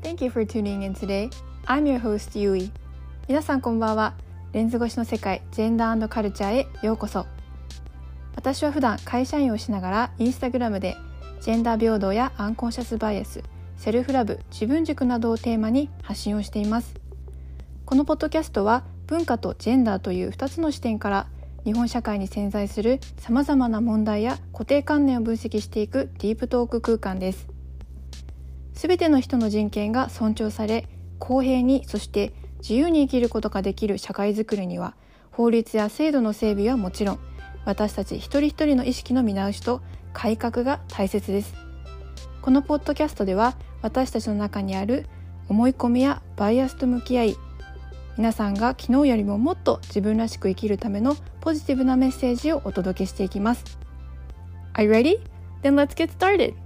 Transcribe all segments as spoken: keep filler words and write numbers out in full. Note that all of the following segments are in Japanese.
Thank you for tuning in today. I'm your host, Yui. 皆さんこんばんは。レンズ越しの世界、ジェンダー&カルチャーへようこそ。私は普段会社員をしながらインスタグラムでジェンダー平等やアンコンシャスバイアス、セルフラブ、自分軸などをテーマに発信をしています。このポッドキャストは文化とジェンダーというふたつの視点から日本社会に潜在するさまざまな問題や固定観念を分析していくディープトーク空間です。すべての人の人権が尊重され、公平にそして自由に生きることができる社会づくりには、法律や制度の整備はもちろん、私たち一人一人の意識の見直しと改革が大切です。このポッドキャストでは、私たちの中にある思い込みやバイアスと向き合い、皆さんが昨日よりももっと自分らしく生きるためのポジティブなメッセージをお届けしていきます。Are you ready? Then let's get started!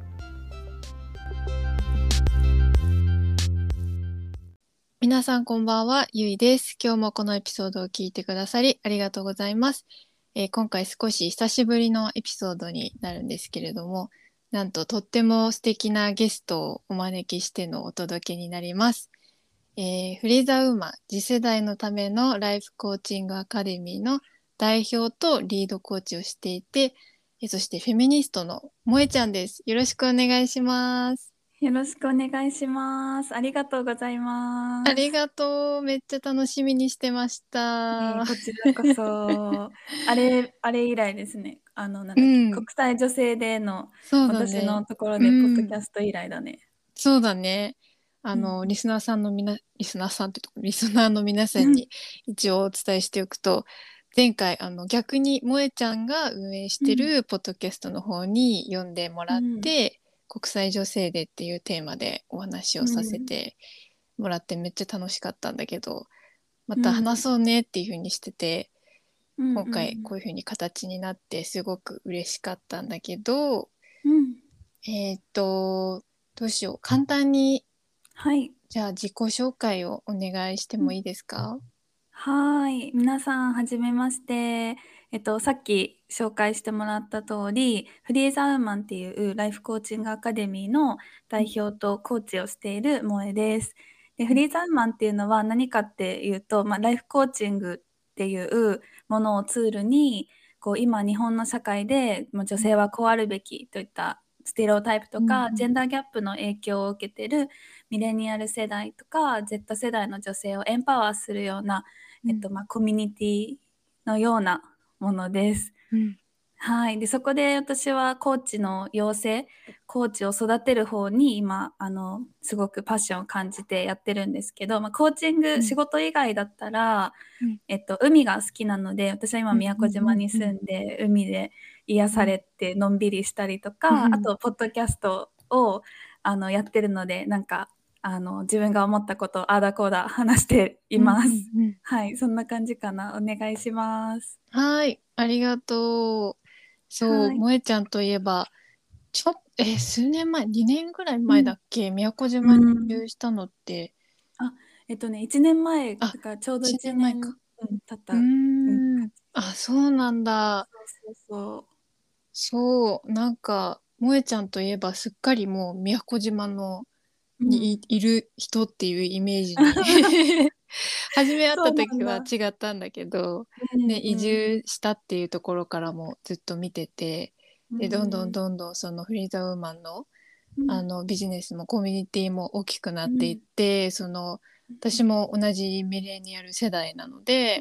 皆さんこんばんは、ゆいです。今日もこのエピソードを聞いてくださりありがとうございます。えー、今回少し久しぶりのエピソードになるんですけれども、なんととっても素敵なゲストをお招きしてのお届けになります。えー、フリーザウーマン次世代のためのライフコーチングアカデミーの代表とリードコーチをしていて、えー、そしてフェミニストの萌ちゃんです。よろしくお願いします。 よろしくお願いします。ありがとうございます。 ありがとう。めっちゃ楽しみにしてましえた。 ーこちらこそ、あれ、あれ以来ですね。あの、なんだっけ、 うん、 国際女性デーのそうだ私ね。 のところうで、ポッドキん、 ャスト以来だね。 そうだね。あうん。 の、リスナーさんのみな、リスナーさんってとこ、リスナーの皆さんうんに一応お伝えしておくと、前回、あの、逆に萌ちゃんが運営しうん。 てるポッドキャストの方に読んでもらっうん。 て、国際女性デーっていうテーマでお話をさせうん。 てもらってめっちゃ楽しかったんだけど、またうん。 話そうねっていう風にしてて、 うん。 今回こういう風に形になってすごく嬉しかったんだけど、 うん。 えーっと、どうしよう。簡単に、 はい。 じゃあ自己紹介をお願いしてうん。 もいいですか？ はーい。皆さん、はじめまして。えっと、さっき紹介してもらった通り、フリーザーウーマンっていうライフコーチングアカデミーのうん代表とコーチをしている萌えです。で、フうんリーザーウーマンっていうのは何かっていうと、まあ、ライフコーチングっていうものをツールに、こう、今日本の社会で、まあ、女性はこうあるべきといったステレオタイプとうんか、ジェンダーギャップの影響を受けているミレニアル世代とか、Z 世代の女性をエンパワーするようなえっと、まあ、コミュニティのようなものです。 うんはい。で、そこで私はコーチの養成、コーチを育てる方に今、あの、すごくパッションを感じてやってるんですけど、まあ、コーチング、仕うん事以外だったら、 うんえっと、海が好きなので、私は今、 うん宮古島にうん住んで、海で癒されて、のんびりしたりとか、あうんと、ポッドキャストを、あの、やってるので、なんか、あの、自分が思ったことをあーだこーだ話していうんます。 うん。 はい、そんな感じかな。お願いします。 はい、ありがとう。そう、 はい。 萌ちゃんといえば、ちょっ、えー数年前、にねんぐらいうん。 前だっけ、宮古う島に移ん。 住したのって、 あ、えっとね、いちねんまえ、 あ、 だからちょうど 1 1年、 年前か。 うん、経っうーた、うん、感ん。 じあ、 で。 そうなんだ。 そうそうそそう、なんか、萌ちゃんといえばすっかりもう宮古島のう。うにい、 ん。 いる人っていうイメージに初め会っそうた時はなんだ。 違ったんだけど、 うんね、移うん。 住したっていうところからもずっと見てて、 うで、どんどんん。 どんどんそのフリーザウーマンの、 うん。 あのビジネスもコミュニティも大きくなっていっうん。 て、その私も同じミレニアル世代なので、 うん。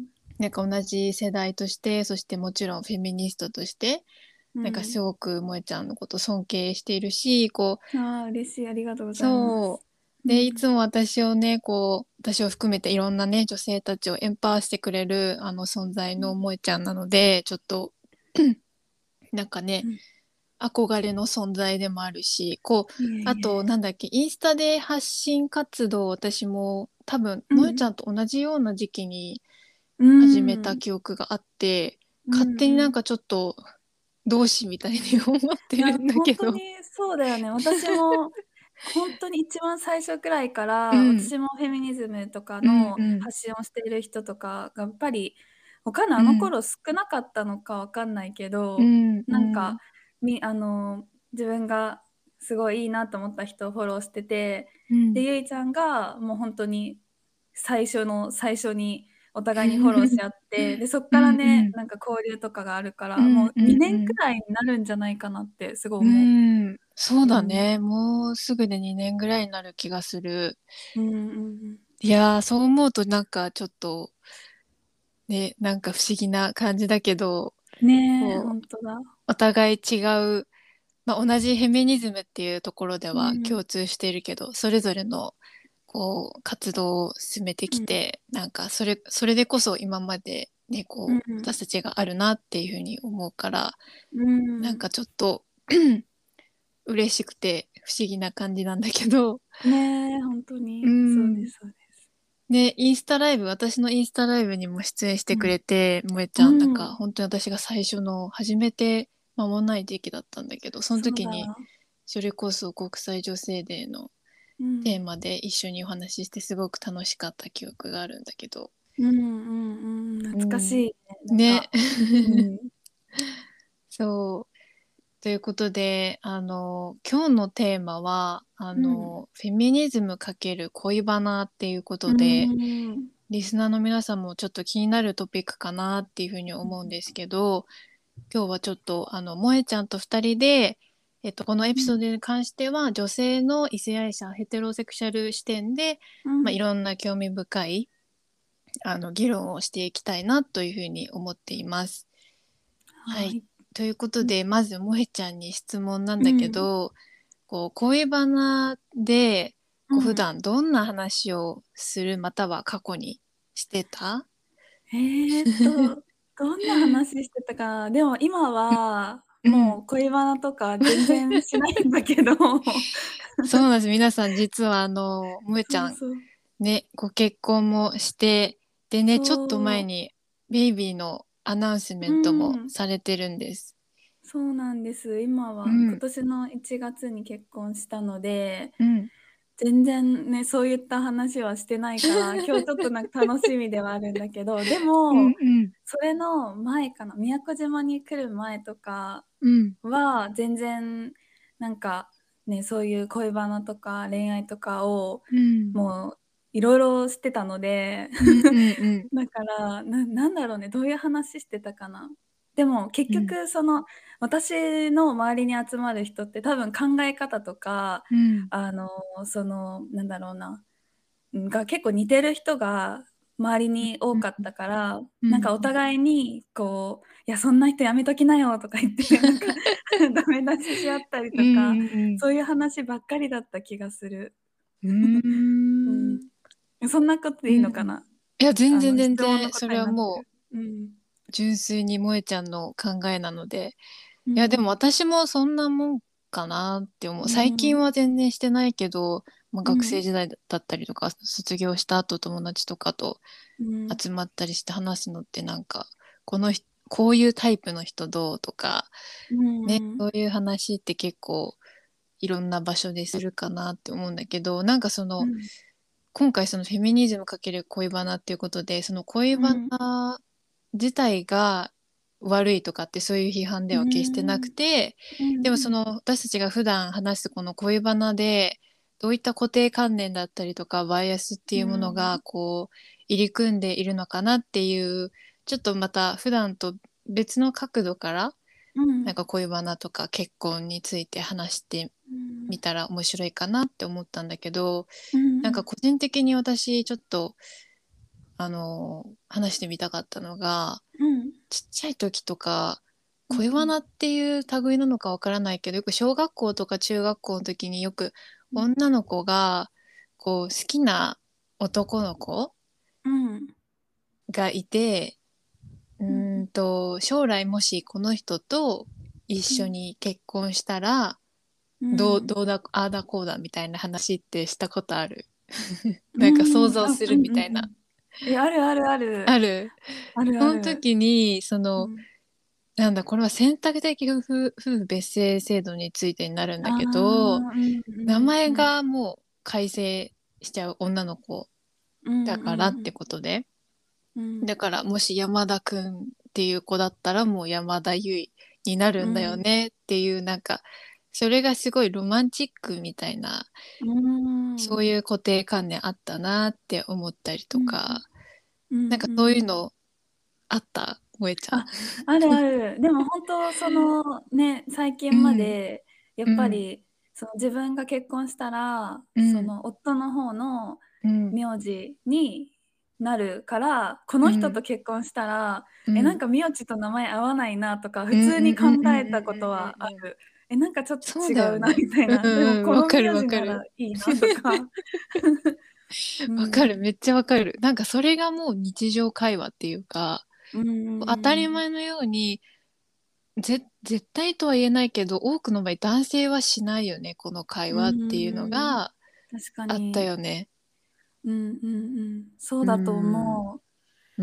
なんか同じ世代として、そしてもちろんフェミニストとして、なんかうん。 すごく萌ちゃんのこと尊敬しているし、こう、 ああ、嬉しい。ありがとうございます。 そう。で、いうん。 つも私をね、こう、私を含めていろんなね、女性たちをエンパワーしてくれる、あの存在の萌ちゃんなので、ちょっと、なんかね、 うん。 憧れの存在でもあるし、こう、 いえあと、 いえ。 なんだっけ、インスタで発信活動、私も多分、 うん。 萌ちゃんと同じような時期にう始めたん。 記憶があって、 う勝手になんん。 かちょっと、同志みたいに思っていや、 るんだけど。 本当にそうだよね。私も本当に一番最初くらいかうら、 ん、 私もフェミニズムとかうん、 のうん、 発信をしている人とかがやっぱり、わかんない、あのうん、 頃少なかったのかわかんないけど、 うん、うなんか、 ん、 み、あの、自分がすごいいいなと思った人をフォローしてて、 うんでゆいちゃんがもう本当に最初の最初にお互いにフォローし合ってでそっからねうんなんか交流とかがあるからもううんうんにねんくうんらいになるんじゃないかなってすごいう思ん、そう。 うだうんね。もうすぐでにねんぐらいになる気がする。 うんうんいやー、そう思うとなんかちょっとね、なんか不思議な感じだけど、 うん、ねえこう、 本当だ。 お互い違う、まあ、同じフェミニズムっていうところではうん共通しているけど、それぞれのこう活動を進めてうんきて、なんかそれ、それでこそ今までね、こう、 うん私たちがあるなっていうふうに思うから、 うんなんかちょっと嬉しくて不思議な感じなんだけど、 ねえ本当うにそうでん。 すそうです。 で、インスタライブ、私のインスタライブにも出演してくれて、萌えちうゃん、なんかん、 本当に私が最初の初めて間もない時期だったんだけど、そのそうだ。 時にそれこそ国際女性デーのテーうんマで一緒にお話ししてすごく楽しかった記憶があるんだけど。 うんうんうん、懐かしうん。 いね。なんね。 か、うん、 そう。ということで、あの、今日のテーマは、あうん、 の、フェミニズム×恋バナっていうこうとで、 ん、 リスナーの皆さんもちょっと気になるトピックかなっていうふうに思うんですけど、今日はちょっと、あの、萌えちゃんと二人で、えっと、このエピソードに関しては、女性の異性愛者、ヘテロセクシャル視点で、まあ、いうん、 ろんな興味深い、あの、議論をしていきたいなというふうに思っています。はい。 はい。 ということで、まず、萌えちゃんに質問なんだけうん、 ど、こう、恋バナで、こう、普うん。 段どんな話をする、または過去にしてた？ えーっと、どんな話してたか。でも今は、 うん。 もう恋バナとか全然しないんだけど、 そうなんです。皆さん、実は、あの、萌えちゃん、 そうそう、 ね、ご結婚もして、でね、ちょっと前そに、ベイビーのアナウンスメう、うントもん、 されてるんです。 そうなんです。今は今うん、 年のいちがつに結婚したので、 うん。 全然ね、そういった話はしてないから、今日ちょっとなんか楽しみではあるんだけど、でうんも、 うん、 それの前かな、宮古島に来る前とかうん、 は、全然、なんかね、そういう恋バナとか恋愛とかを、 うん、 もういろいろしてたので、 うん、うん、うん、 だから、な、なんだろうね、どういう話してたかな。でも結うん、 局、その、私の周りに集まる人って多分考え方とか、 うん、 あの、その、なんだろうな、が結構似てる人が周りに多かったから、 うん、 なんかお互いにこう「いや、そんな人やめときなよ」とか言ってなんかダメ出しし合ったりうん、 とか、 うん、 そういう話ばっかりだった気がする。 うん、 ううん、 ん。そんなことでいいのかな？ いや、全然あの、質問全然、それの答えになってる。 はもうん。 う、純粋に萌えちゃんの考えなので、いや、でもうん。 私もそんなもんかなって思う。 う最近ん。 は全然してないけど、まあ、学生うん。 時代だったりとか、卒業した後友達とかとうん。 集まったりして話すのってなんか、この人、こういうタイプの人どうとか、 うね、 ん。 そういう話って結構いろんな場所でするかなって思うんだけど、なんかその、 うん。 今回そのフェミニズムかける恋バナっていうことで、その恋バうん。 ナ自体が悪いとかってそういう批判でうは決してなくん。 て、 うん。 でもその私たちが普段話すこの恋バナでどういった固定観念だったりとかバイアスってういうものがん。 こう入り組んでいるのかなっていうちょっとまた普段と別の角度からうん。 なんか恋バナとか結婚について話してうん。 みたら面白いかなって思ったんだけど、 うん。 なんか個人的に私ちょっとあの話してみたかったのが、 うん。 ちっちゃい時とかうん。 恋バナっていう類なのかわからないけど、よく小学校とか中学校の時によく女の子がこう好きな男の子うん。 がいて、ううん。 ーんと将来もしこの人と一緒うん。 に結婚したらうどう、 ん。 どうだ、ああだこうだみたいな話ってしたことある？ うなんか想ん。あ、 像するうんみたいな。 うんうん。え、あるあるある。 ある？ あるあそのる。 時に、その、 うん。 なんだ、これは選択的夫婦、夫婦別姓制度についてになるんああ、 だけど、 うんう名前んうん。 がもう改正しちゃう女の子うんだからってうんことで、 うん。 だからもし山田くんっていう子だったらもう山田優衣になるんだようん。 ねっていうなんかそれがすごいロマンチックみたいな、 うーん。 そういう固定観念あったなって思ったりとか、 うんなんかうん。 そういうのあった萌ちゃん。 あ、あるある。でも本当そのね、最近まうんでやっぱうんりその自分が結婚したら、そうんの夫の方のうん名字になるから、この人うんと結婚したら、え、なんうんか名字と名前合わないなとか普うん通に考うんうんうんうんえたことはあうんうん。 る。え、なんかちょっとそう違うなだよね。 みたいな。 うんでもうん、わかるこの名わかる。 字ならいいなとか。うわかる、 ん。 めっちゃわかる。なんかそれがもう日常会話っていうか、 うんう当たりん前のように、ぜ、絶対とは言えないけど、多くの場合男性はしないよね、この会うん。 話っていうのうん。 が確かあったに。 よね。 うんうんうん。そううだとん。 思う。 うん。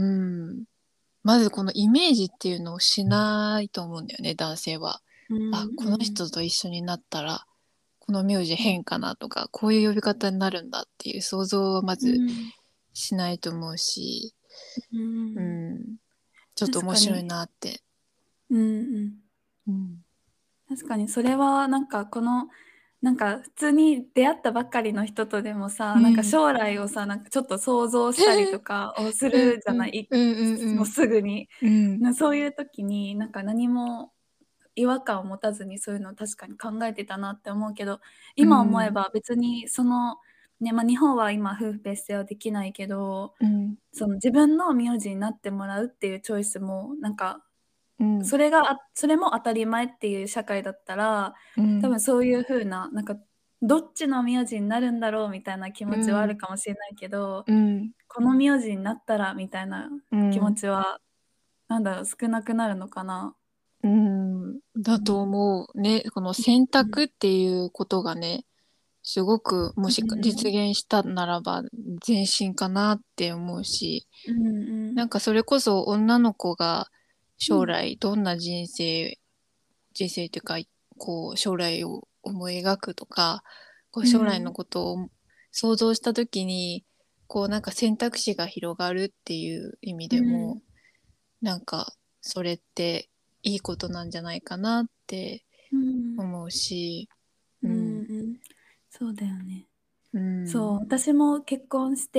まずこのイメージっていうのをしないと思うんだよね、男性は。 うんあ、このうん。 人と一緒になったら、この名字うん変かなとか、こういう呼び方になるんだっていう想像はまずうんしないと思うし、 ううん。 ん。ちょっと面白い確かに。 なって。 うんうん。 うん。 確かにそれはなんかこのなんか普通に出会ったばっかりの人とでもさ、なんかうん。 将来をさ、なんかちょっと想像したりとかをすうんるじゃない、 うんいうんうんもううんすぐに。 うんなそういう時になんか何も違和感を持たずにそういうのを確かに考えてたなって思うけど、 う今思えんば別にその、ね、まあ、日本は今夫婦別姓はできないけど、 うんその自分の名字になってもらうっていうチョイスもなんかうんそれがあそれも当たり前っていう社会だったら、多うん分そういう風な、なんかどっちの名字になるんだろうみたいな気持ちはあるうんかもしれないけど、 うんこの名字になったらみたいな気持うんちは、なんだろう、少なくなるのかな。 うんだとうん。 思うね。この選うん。 択っていうことがね、すごくもうし実ん。 現したならば前進かなって思うし、 うんうん。 なんかそれこそ女の子が将うん。 来どんな人生、人生というか、こう将来を思い描くとか、こうう将来のん。 ことを想像した時に、こうなんか選択肢が広がるっていう意味うでも、 ん。 なんかそれっていいことなんじゃないかなってうん。 思うし、 うん。 うん、 うん。そうだよね。 うそう、 ん、 私も結婚して、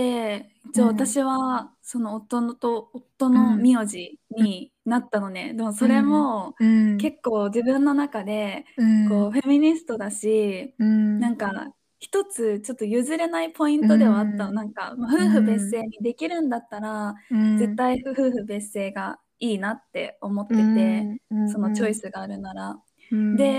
一うん、 応私はその夫のと夫のうん、 名字になったのね。でもそれうん、 もうん、 結構自分の中でうん、 こうフェミニストだし、 うん、 なんか一つちょっと譲れないポインうトではあったの。 ん、 なんか、まあ、夫婦別うん、 姓にできるんだったらうん、 絶対夫婦別姓がいいなって思っうてて、 ん、 そのチョイうん、 スがあるなら。 うん、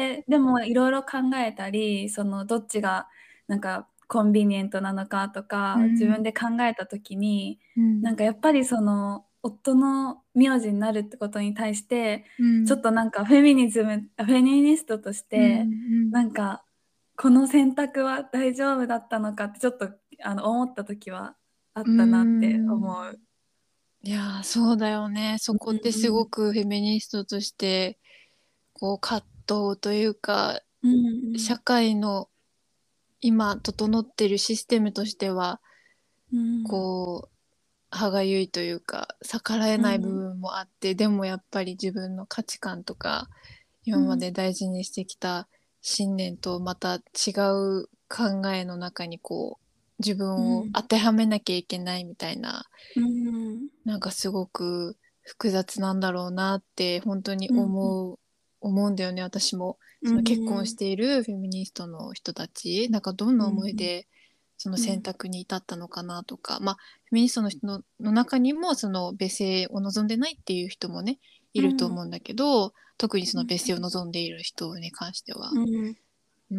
で、でもいろいろ考えたり、そのどっちがなんかコンビニエントなのかとか、自うん、 分で考えた時に、 うん、 なんかやっぱりその夫の名字になるってことに対して、 うん、 ちょっとなんかフェミニズム、あフェミニストとしうん、 て、 うん、 なんかこの選択は大丈夫だったのかってちょっとあの思った時はあうったなってん。 思う。 いやー、そうだよね。そこってすごくフェミニストとして、こう、葛藤というか、 うんうん社会の今整ってるシステムとしては、 うんこう、歯がゆいというか、逆らえない部うん分もあって、でもやっぱり自分の価値観とか、今まうんで大事にしてきた信念とまた違う考えの中にこう、自分をうん当てはめなきゃいけないみたいな、 うんなんかすごく複雑なんだろうなって本当にうん思う、思うんだよね、私も。 うその結婚しんているフェミニストの人たち、なんかどんな思いうんでその選うん択に至ったのかなとか、まあ、フェミニストの人の、の中にもその別姓を望んでないっていう人もね、いるとうん思うんだけど、特にそのうん別姓を望んでいる人に関しては、 うんうん、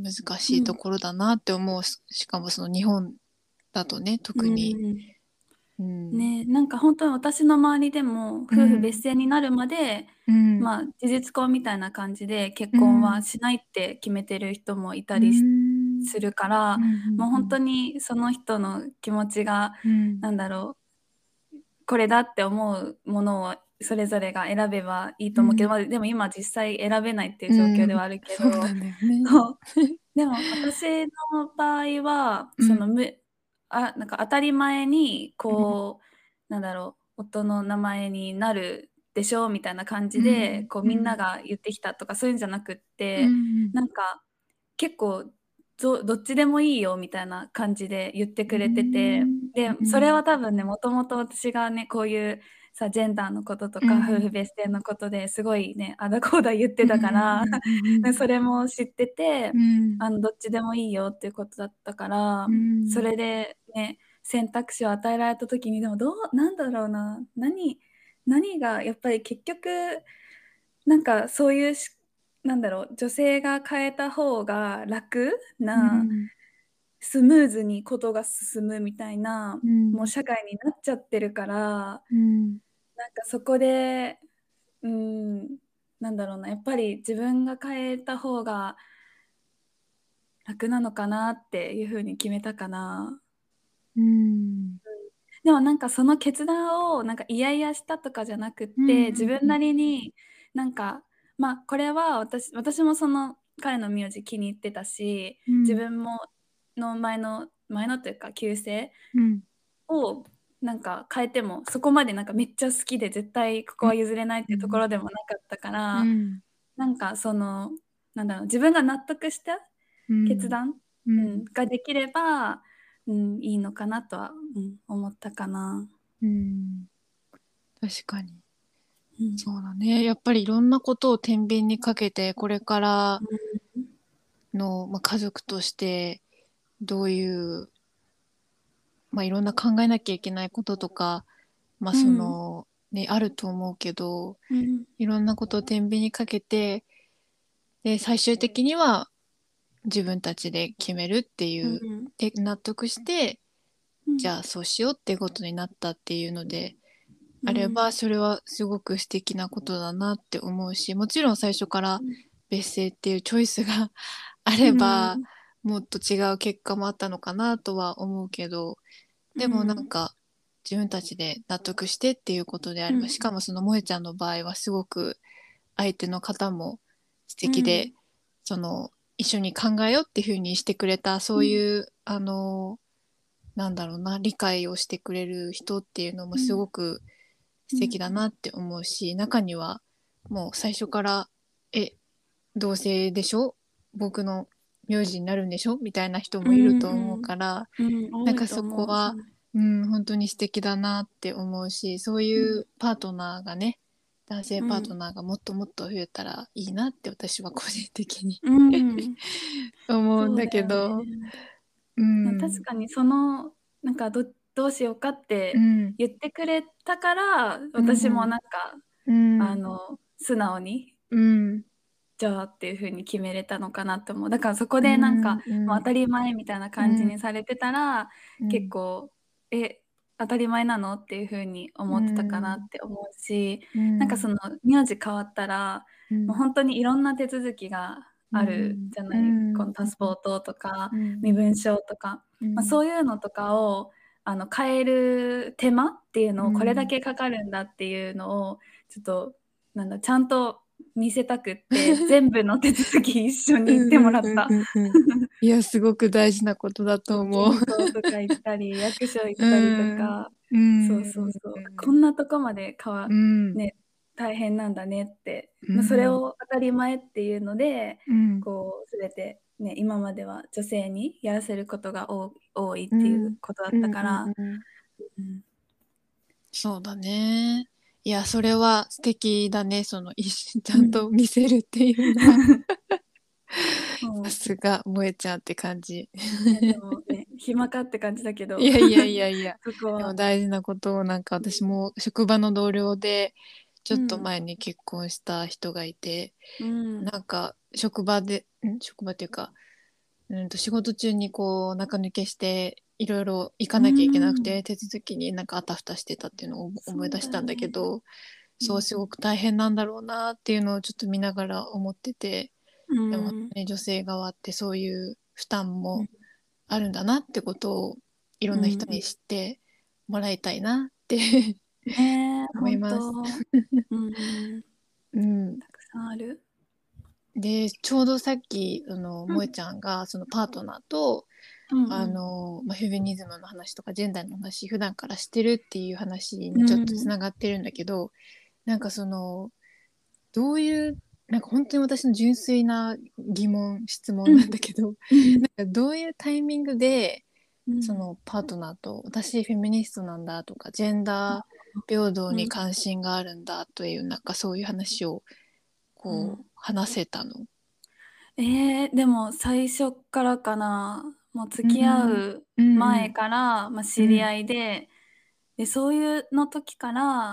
難しいとうんころだなって思う。しかもその日本だとね、 う特に。 んうん、 ね、なんか本当に私の周りでも夫婦別うん、 姓になるまで、 うん、 まあ、事実婚みたいな感じで結う婚はん。 しないって決めてる人もいたうーりしん。 するから、 うん、 もう本当うん、 にその人の気持ちが、 うん。 なんだろう、これだって思うものをそれぞれが選べばいいと思うけど、 うん、 まあ、でも今実際選べないっていうう状況でん。 はあるけど、 そうなんだよね。 そう。でも私の場合は、 うん、 そのむあ、なんか当たり前にうん、 こう、なんだろう、夫の名前になるっでしょみたいな感じで、 うんこうみんなが言ってきたとかそういうんじゃなくっうて、 んなんか結構ど、どっちでもいいよみたいな感じで言ってうくれてて、 んでそれは多分ね、もともと私がねこういうさジェンダーのこととか夫婦別姓のことですごいねあだこうだ言ってたから、でそれも知ってて、あのどっちでもいいよっていうことだったから、それでね選択肢を与えられた時に、でもどうなんだろうな、何何がやっぱり結局なんかそういうしなんだろう、女性が変えた方が楽な、スムーズにことが進むみたいな、もう社会になっちゃってるから、なんかそこで、うん、なんだろうな、やっぱり自分が変えた方が楽なのかなっていうふうに決めたかな。 うんでもなんかその決断をなんか嫌々したとかじゃなくっうんて、自分なりになんか、まあこれは私、私もその彼の名字気に入ってたし、自うん分もの前の前のというか旧姓うんをなんか変えてもそこまでなんかめっちゃ好きで絶対ここは譲れないっていうところでもなかったから、 うんなんかそのなんだろう、自分が納得したうん決断、うん、 うんができれば、うん、いいのかなとは、うん、思ったかな。 うん確かにうんそうだねやっぱりいろんなことを天秤にかけてこれからの、まあ、家族としてどういう、まあ、いろんな考えなきゃいけないこととか、まあそうんのね、あると思うけどうんいろんなことを天秤にかけてで最終的には自分たちで決めるっていううんで納得してうんじゃあそうしようっていうことになったっていうのであれうんばそれはすごく素敵なことだなって思うしもちろん最初から別姓っていうチョイスがあればもっと違う結果もあったのかなとは思うけどでもなんか自分たちで納得してっていうことであればしかもその萌えちゃんの場合はすごく相手の方も素敵でその一緒に考えようっていうふうにしてくれたそういうあのなんだろうな理解をしてくれる人っていうのもすごく素敵だなって思うし中にはもう最初から「え同性でしょ僕の名字になるんでしょ?」みたいな人もいると思うからなんかそこは、うん、本当に素敵だなって思うしそういうパートナーがね男性パートナーがもっともっと増えたらいいなって私は個人的に思うんだそうだよけど、 ね。 うん、 確かにそのなんかど、どうしようかってうん、 言ってくれたからうん、 私もなんかうん、 あの素直にうん、 じゃあっていう風に決めれたのかなと思う。だからそこうでなんかん、うん、 もう当たり前みたいなう感じにん、 されてたらうん、 結構え当たり前なのっていう風にう思ってたかなっん、 て思うし、 うん、 なんかその名字変わったらもううん、 本当にいろんな手続きがあるじゃうない、このん、 パスポートとかうん、 身分証とか、まあ、そういうのとかをあの変える手間っていうのをこれだけかかるんだっていうのをちょっとなんだちゃんと見せたくって全部の手続き一緒に行ってもらった。 いや、すごく大事なことだと思う。 銀行とか行ったり役所行っうたりとん、 か、 うそうん、 そうそう、こんなとこまでかわ、 うん、 ね、大変なんだねって、まあ、それうん、 を当たり前っていうのでうん、 こう全て、ね、今までは女性にやらせることが多多いっていううん、 ことだったうん、 から、 うん、 うん、 そうだね。いや、それは素敵だね。その、一緒ちゃんうんと見せるっていうのは。さもすが、萌えちゃんって感じ。 ういやでもね暇かって感じだけどいやいやいやいや。 そこは、 でも大事なことをなんか私も職場の同僚でちょっとうん前に結婚した人がいて、 うんなんか職場で、ん職場っていうか、うんと仕事中にこう中抜けしていろいろ行かうなきゃいけなくん、 て手続きになんかあたふたしてたっていうのを思いそう出したんだけだよね、 ど、 うんそうすごく大変なんだろうなっていうのをちょっと見ながら思ってて、 うでも本ん当に女性側ってそういう負担もうんあるんだなってことをいろんな人にうん知ってもらいたいなってねえ、 思い本ます。 当。うん、 うん、 たくさんある。 でちょうどさっきあのうん、 萌ちゃんがそのパートナーとあうん、 の、まあ、フェミニズムの話とかジェンダーの話普段からしてるっていう話にちょっとつうん、 ながってるんだけどなんかそのどういうなんか本当に私の純粋な疑問質問なんだけど、 うん、 なんかどういうタイミングでうん、 そのパートナーと私フェミニストなんだとかジェンダー平等にうん、 関心があるんだというなんかそういう話をうん。 こう話せたの。 えー、でも最初からかな。もう付き合うんううん前から、まあ、 うん知り合いで、で、そういうの時から、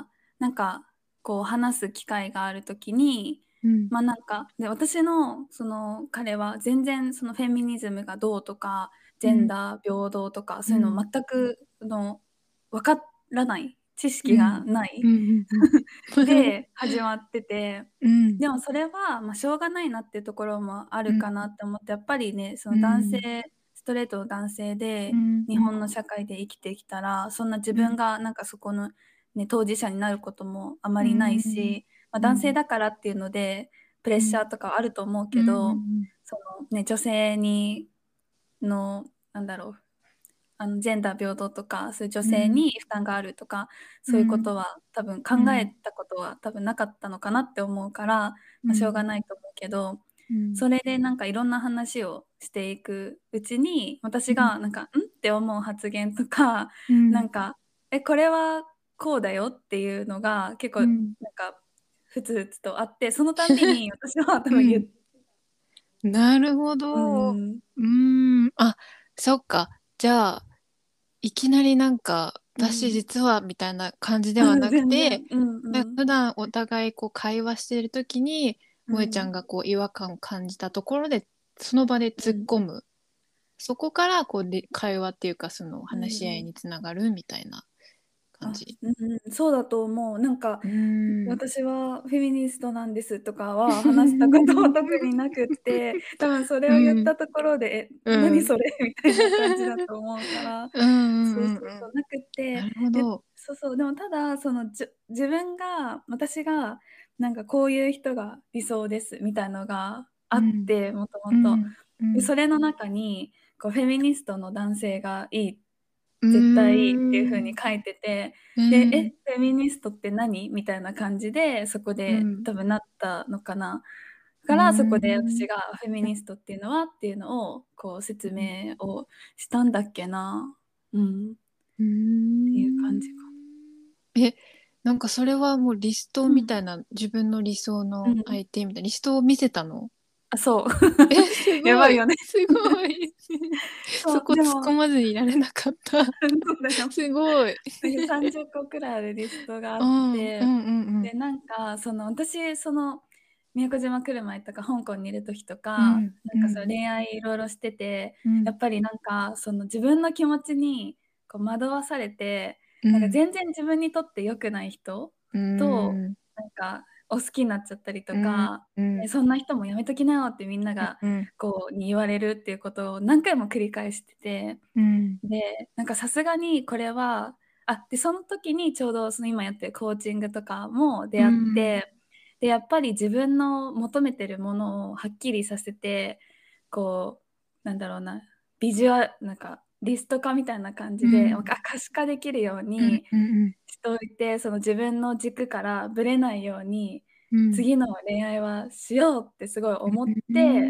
なんか、こう話す機会がある時に、 うんまあなんか、で、私の、その彼は全然そのフェミニズムがどうとか、ジうんェンダー平等とか、そういうのうん全くの分からない、知識がうんないうんうんで始まってて、 うんでもそれは、まあ、しょうがないなっていうところもあうんるかなって思って、やっぱりね、そうの男性、 んストレートの男性でうん日本の社会で生きてきたら、そんな自分がなんかそこの、ね、当事者になることもあまりないうんし、まあ、男性うんだからっていうのでプレッシャーとかはあると思ううんうけど、 んそのね、女性にの、なんだろう、あのジェンダー平等とかそういう女性うんに負担があるとかそういうこうんとは多分考えうんたことは多分なかったのかなって思うから、まあ、しょうがうんないと思うけど、 うんそれでなんかいろんな話をしていくうちに私うんがなんか「ん?」って思う発言とかうんなんか「えこれはこうだよ」っていうのが結構うんなんかふつふつとあって、そのたんびに私は多分言っうんなるほうど。うんーん。あ、そっか。じゃあ、いきなりなんか、私うん実はみたいな感じではうんなくて、 全然うんうなんかん普段お互いこう会話しているときに、萌えちゃんうんがこう違和感を感じたところで、その場で突っうん込む。そこからこうで会話っていうか、そのうんう話し合いんにつながるみたいな感あ、 じ。 うんうん、そうだと思う。なんか、 うーん。 私はフェミニストなんですとかは話したことは特になくって、多分それを言っうん。 たところで、え、 うん。 何それみたいな感じだと思うから、 うんうんそううんうん。 そうそう、なくて、 なるほで、 ど。 そうそう、でもただ、その、じゅ自分が、私が、なんかこういう人が理想ですみたいのがあうん。 って、もともと。 うんうで、 ん。 それの中に、こう、フェミニストの男性がいいうー絶対いいっていう風にん。 書いてて、 うで、 ん。 え、フェミニストって何？みたいな感じで、そこでうん。 多分なったのかな。だうからそこでん。 私がフェミニストっていうのはっていうのをこう説明をしたんだっけな。うん、っうていうん。 感じか。 え、なんかそれはもうリストうん、 みたいな、自分の理想のうん。 相手みたいな、リストを見せたの？ あ、そう。 え、すごい。 やばいよね。 すごい。 そう、 そこ突っでも、 込まずにいられなかった。 そうだよ。 すごい。 なんかさんじゅっこくらいあるリストがあっうん、うん、うて、 ん、 で、なんか、その、私、その、宮古島来る前とか、香港にいる時とか、 うん、 なんか、その、 うん、 恋愛いろいろしてて、 うん、 やっぱりなんか、その、自分の気持ちに、こう、惑わされて、なんか、 うん、 全然自分にとって良くない人うと、 ん、 なんか、お好きになっちゃったりとうん、 か、 うん、 え、そんな人もやめときなよってみんなが、 うん、 こう、に言われるっていうことを何回も繰り返してて、 うん、 で、なんかさすがにこれは、あ、で、その時にちょうどその今やってるコーチングとかもう出会っん、 て、で、やっぱり自分の求めてるものをはっきりさせて、こう、なんだろうな、ビジュアル、なんかリスト化みたいな感じで、 うん、 あ可視化できるよううん、 にうん、 しておいて、その自分の軸からぶれないように、 うん、 次の恋愛はしようってすごい思って、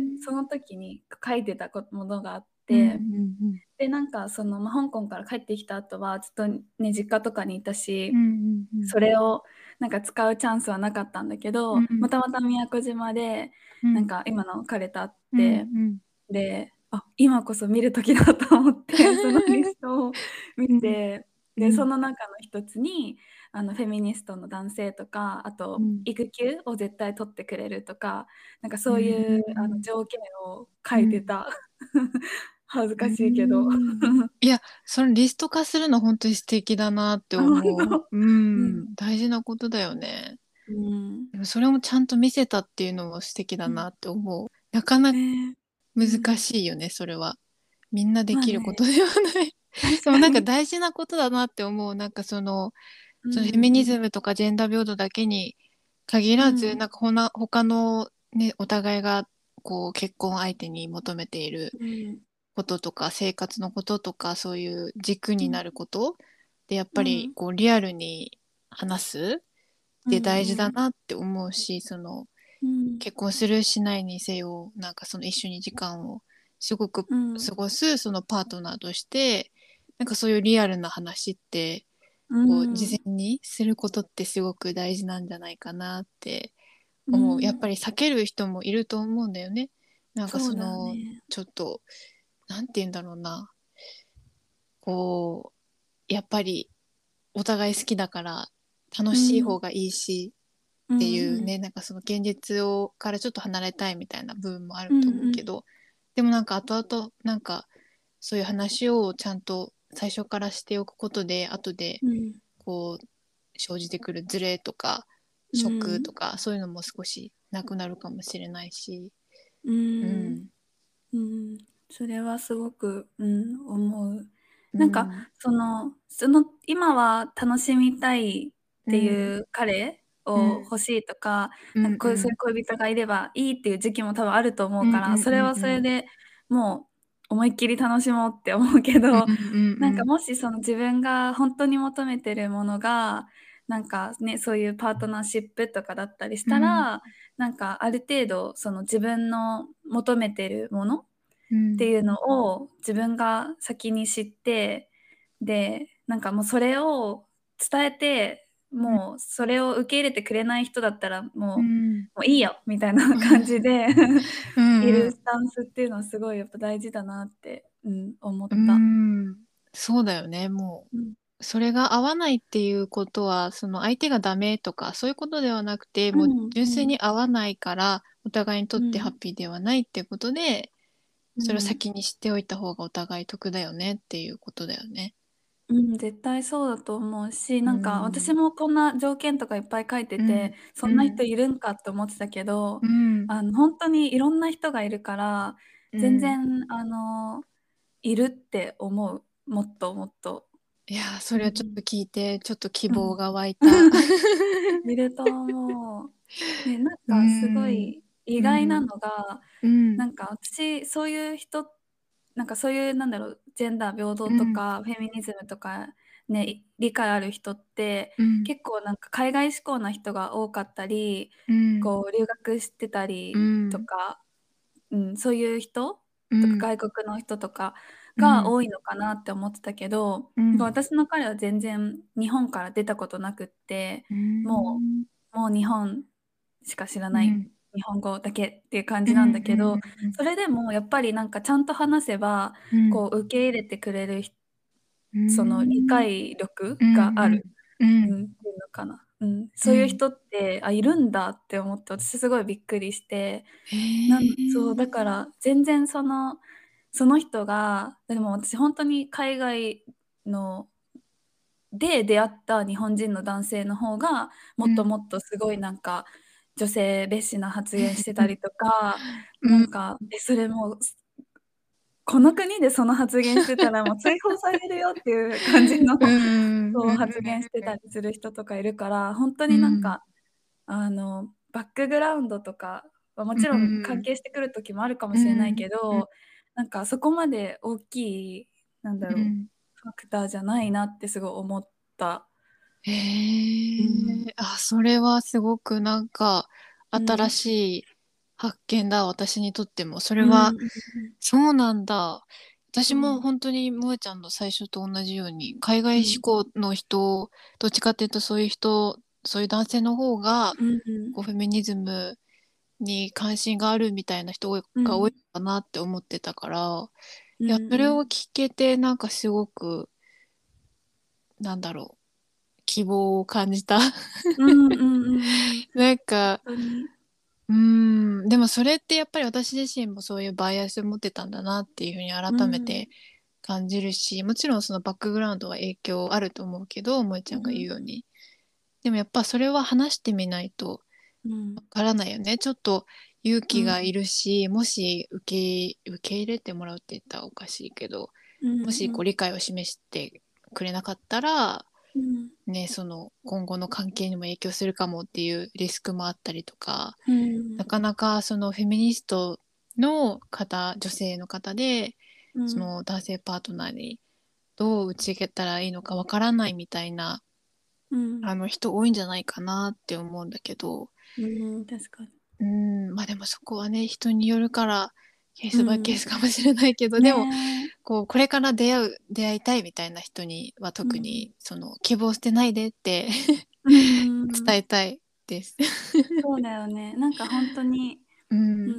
その時に書いてたこものがあっうん、うて、 ん、 で、なんかその、まあ、香港から帰ってきた後はずっとね、実家とかにいたし、 うん、うん、 それをなんか使うチャンスはなかったんだけど、 うん、 またまた宮古島で、 うん、 なんか今の彼と会っうん、 て、 うん、 で、あ、今こそ見る時だと思って、そのリストを見うん、 て、で、そうん、 の中の一つに、あの、フェミニストの男性とか、あと、 うん、 育休を絶対取ってくれるとか、なんかうそういうあのん、 条件を書いてうん、 た。恥ずうかしいけど。 ん。いや、そのリスト化するの本当に素敵だなってあ、本思う。 当。 ううん。 ん、大事なことだよね。 うん。 でもそれもちゃんと見せたっていうのも素敵だうん。 なって思う。なかなかねえ。う難ん。 しいよね、それは。みんなできることまあね、 ではない。でもなんか確かに。 大事なことだなって思う。なんかその、 うんそのフェミニズムとかジェンダー平等だけに限らず、 うん。 なんかほな、他のね、お互いがこう結婚相手に求めているうん。 こととか、生活のこととか、そういう軸うん。 になることで、やっぱりうん。 こうリアルに話すって大事だなって思うし、そのうん結婚するしないにせよ、なんかその一緒に時間をすごくうん過ごすそのパートナーとして、なんかそういうリアルな話ってうこう事ん前にすることってすごく大事なんじゃないかなってう思う。やっぱんり避ける人もいると思うんだよね。なんかそうだそのね。 ちょっとなんて言うんだろうな、こうやっぱりお互い好きだから楽しいうん方がいいしうっていうんね、なんかその現実をからちょっと離れたいみたいな部分もあるうんと思ううんけど、でもなんか後々なんかそういう話をちゃんと最初からしておくことで、後でうんこう生じてくるズレとかうショックんとかそういうのも少しなくなるかもしれないし、 うん、 うん、 うん、それはすごく、うん、思う。なんか、 うん、 その、その、今は楽しみたいってうん、 いう彼うん、 を欲しいとか、 うん、 なんかこういう、そういううん、 恋人がいればいいっていう時期も多分あると思うん、 うから、 うん、 それはうん、 それでもう思いっきり楽しもうって思うけうん、 ど、 うん、 なんかうん、 もしその自分が本当に求めてるものが、なんかね、そういうパートナーシップとかだったりしうん、 たら、なんかある程度その自分の求めてるものってうん、 いうのを自分が先に知って、でなんかもうそれを伝えて、 うん、 もうそれを受け入れてくれない人だったらもう、もうん、 ういいよみたいな感じでうん、 いるスタンスっていうのはすごいやっぱ大事だなって、うん、思っうた。 ん、そうだよね。もうんうそれが合わないっていうことはその相手がダメとかそういうことではなくて、 うもうんうん純粋に合わないからお互いにとってハッうんピーではないってことで、それをうん先に知っておいた方がお互い得だよねっていうことだよね。 うん、絶対そうだと思うし、 うなんか私ん、 もこんな条件とかいっぱい書いてうん、 て、そんなうん、 人いるんかって思ってたけど、 うん、 あの本当にいろんな人がいるから、全うん。 然あのいるって思う。もっともっと。 いやー、それはちょっとうん。 聞いて、ちょっと希うん。 望が湧いた。 いると思う。ね、なんうかすごん、 い意うん、 外なのが、 うん、 なんか私そういう人、なんかそういうなんだろう、ジェンダー平等うん、 とかフェミニズムとかね、理解ある人ってうん、 結構なんか海外志向な人が多かったり、 うん、 こう留学してたうりとん、 か、うん、そういう人とかうん、 外国の人とかうん、 が多いのかなって思ってたけど、なんかうん、 私の彼は全然日本から出たことなくって、 うもん、 う、もう日本しか知らない、 うん、 日本語だけっていう感うん、 じなんだけど、 うん、 それでもやっぱりなんかちゃんと話せば、 うん、 こう受け入れてくれる人、 うその理ん、 解力うん、 がある、 うん、 うん、っていうのかな。うん、 うん、 そういう人ってあいるんだって思って私すごいびっくりして、 へなんそうえ、 だから全然そのその人が、でも私本当に海外ので出会った日本人の男性の方がもっとうん、 もっとすごいなんか女性蔑視な発言してたりとか、 うん、 なんかえそれもうこの国でその発言してたらもう追放されるよっていう感じのうん、 そううん、 発言してたりする人とかいるから、本当うん、 になんかあのバックグラウンドとかはもうちろん関ん、 係してくる時もあるかもうしれないけん、 ど、なんかそこまで大きい、なんだろう、 うん。 ファクターじゃないなってすごい思った。 へうん。 え、あ、それはすごくなんか新うん。 しい発見だ、私にとっても。それうん。 は、 うんそうなんだ。私そう。 も本当に萌えちゃんの最初と同じように、海外志うん。 向の人、どっちかっていうとそういう人、そういう男性の方が、 うん。 こうフェミニズムに関心があるみたいな人が多いうん。 かなって思ってたから、 うん。 いや、それをうん。 聞けて、なんかすごく、なんだろう、希望を感じた。 うんうんうんうん。 なんか、 本当に。 うーん、でもそれってやっぱり私自身もそういうバイアスを持ってたんだなっていうふうにう改めてん。 感じるし、もちろんそのバックグラウンドは影響あると思うけど、萌ちゃんが言ううん。 ように。でもやっぱそれは話してみないとうん。 わからないよね。ちょっと勇うん。 気がいるし、もし受け、受け入れてもらうって言ったらおかしいけど、 うん。 もしこううん。 理解を示してくれなかったら、 うん。 ね、その今後の関係にも影響するかもっていうリスクもあったりとか、 うん。 なかなかそのフェミニストの方、女性の方で、そうん。 の男性パートナーにどう打ち明けたらいいのかわからないみたいなうん、 あの人多いんじゃないかなって思うんだけど、 うん、確かに。 うん、まあでもそこはね、人によるからケースバイケーうん。 スかもしれないけど、でもねこうこれから出会う出会いたいみたいな人にはえ。うん。 特にその希望捨てないでってうん。 伝えたいです。 そうだよね。なんか本当に、 うん、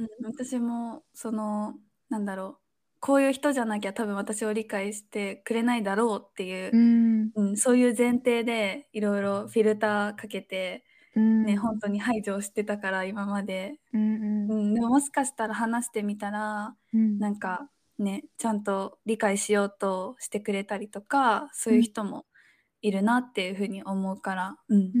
うん、私も、その、なんだろう。こういう人じゃなきゃ多分私を理解してくれないだろうっていうう、 ん、 うん、そういう前提でいろいろフィルターかけて、 うね、 ん、 本当に排除してたから今まで。 うん、 うん、でももしかしたら話してみたら、 うん、 なんかね、ちゃんと理解しようとしてくれたりとか、そういううん、 人もいるなっていうふうに思うから、うん、 うん。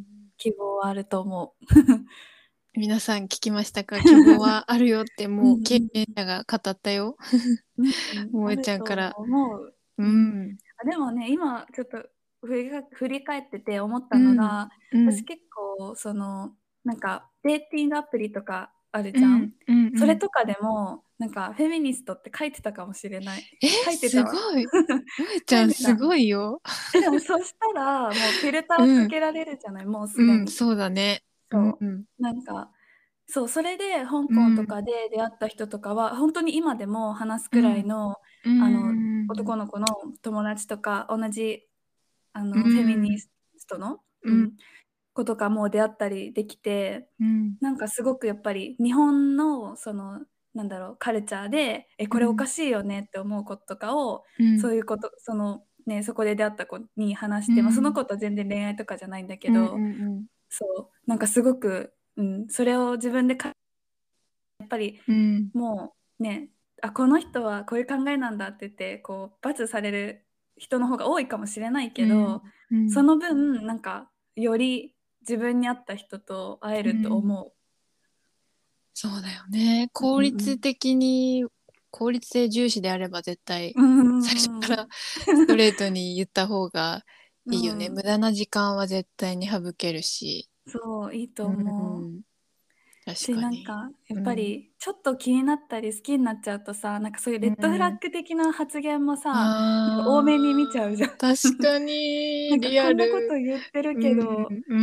希望はあると思う。 皆さん聞きましたか？希望はあるよってもう経うんうん験者が語ったよ。 うんうん、 もえちあるとゃんから。 思う。 ううん。 ん、 あ、でもね、今ちょっと振りが振り返ってて思ったのうん、 が、 うん、 私結構その、なんかデーティングアプリとかあるじゃん。 うん、うん、うん。 それとかでも、なんかフェミニストって書いてたかもしれない。 え、 書いてたわ。 すごい。もえちゃんす書いてた。 ごいよ。 え、でもそしたら、もうフィルターをかうん、 けられるじゃない、もうすでうん、 に。 そうだね。うん、 そうん、 う。なんか、そう、それで香うん、 港とかで出会った人とかは、本当に今でも話すくらいうん、 の、 うあの、 ん、 男の子の友達とか、同じ、あうの、フェミニん、 ストの、 うん、 うん、子とかも出会ったりできて、 うん、 なんかすごくやっぱり日本の、その、なんだろう、カルチャーで、え、これおうん、 かしいよねって思うこととかを、 うん、 そういうこと、その、ね、そこで出会った子に話して、まあ、そのうん、 子と全然恋愛とかじゃないんだけうん、 ど、 うん、 そう、なんかすごく、うん、それを自分でかやっぱりうん、 もうね、あ、この人はこういう考えなんだって言って、こう、罰される人の方が多いかもしれないうん、 けど、 うん、 その分、なんか、より自分に合った人と会えるとうん。 思そうだよね。 う。 効うんうん。 率的に、効率性重視であれば絶対、最初うんうん。 からストレートに言った方がいいよね。 うん。 無駄な時間は絶対に省けるし。 そう、いいとう思う。 ん、確し、 かに。 なんか、やっぱうん。 り、ちょっと気になったり好きになっちゃうとさ、なんかそういううレッドフラッん。 グ的な発言もさ、なんか多めに見ちゃうじゃん。 あー、確かなに、 んかリアこんなことル。 言ってるうん、 けど、 うん、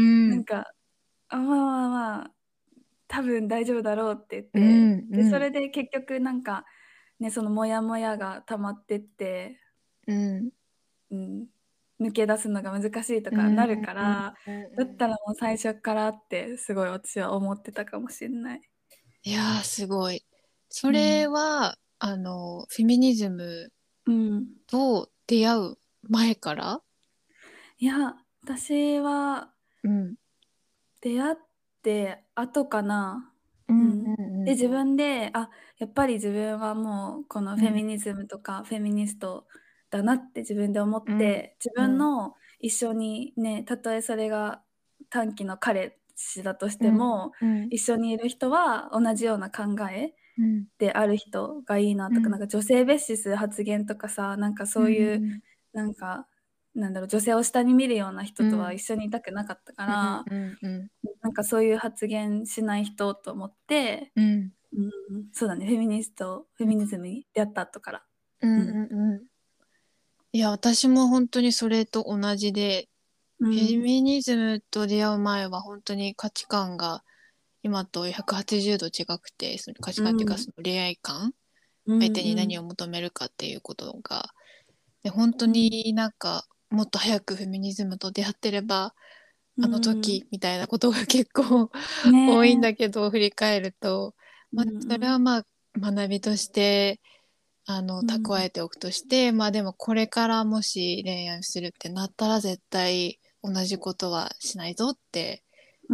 なんか、あ、まあまあまあ、多分大丈夫だろうって言っうん、 て、で、そうん、 れで結局なんか、ね、そのモヤモヤが溜まってって、 うん、 うん、抜け出すのが難しいとうん、 かなるうん、うん、 から、 うだったん。 らもう最初からってすごい私は思ってたかもしれない。 いやー、すごい。それうん。 は、あの、フェミニズムうん。 と出会う前から？ いや、私はうん。 出会って後かな。 うん、ううん。で、 ん、 自分で、あ、やっぱり自分はもうこのうん。 フェミニズムとかフェミニストだなって自分で思っうん、 て、自うん、 分の一緒にね、たとえそれが短期の彼氏だとしうん、 ても、 うん、 一緒にいる人は同じような考えうん、 である人がいいなとか、なんうん、 か女性蔑視する発言とかさ、なんかうん、 そういう、 うん、 なんか、なんだろう、女性を下に見るような人とはうん、 一緒にいたくなかったかうん、 ら、 うん、うん、 なんかそういう発言しない人と思って、 うん、 うん、そうだね、フェミニスト、フェミニズムに出会った後から。 うん、 うん。 うん。いや、私も本当にそれと同じで、フェうん。 ミニズムと出会う前は本当に価値観が今とひゃくはちじゅうど違くて、その価値う観っていうかん。 その恋愛観、 う相手に何ん。 を求めるかっていうことが、で、本当うん。 になんかもっと早くフェミニズムと出会ってれば、 うあのん。 時みたいなことが結構ね多いんだえ。 けど、振り返ると、まあ、 うん。 それはまあ学びとしてあのうん。 蓄えておくとして、まあでもこれからもし恋愛するってなったら絶対同じことはしないぞってうん。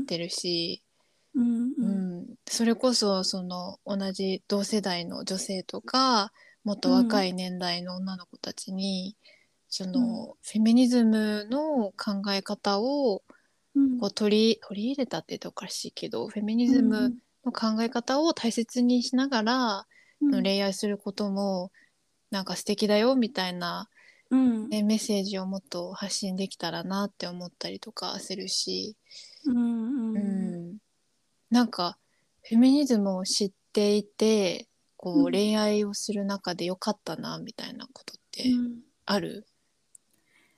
思ってるし、 うん。ううん。 ん、それこそその同じ同世代の女性とかもっと若うん。 い年代の女の子たちにそうん。 のフェミニズムの考え方をうん。 こう取り、取り入れたって言うとおかしいけど、フェミニうん。 ズムうん。 の考え方を大切にしながら、 うん。 恋愛することもなんか素敵だよみたいな、 うん。 ね、メッセージをもっと発信できたらなって思ったりとかするし、 ううん。 ん、なんかフェミニズムを知っていて、こううん。 恋愛をする中で良かったなみたいなことってうん。 ある？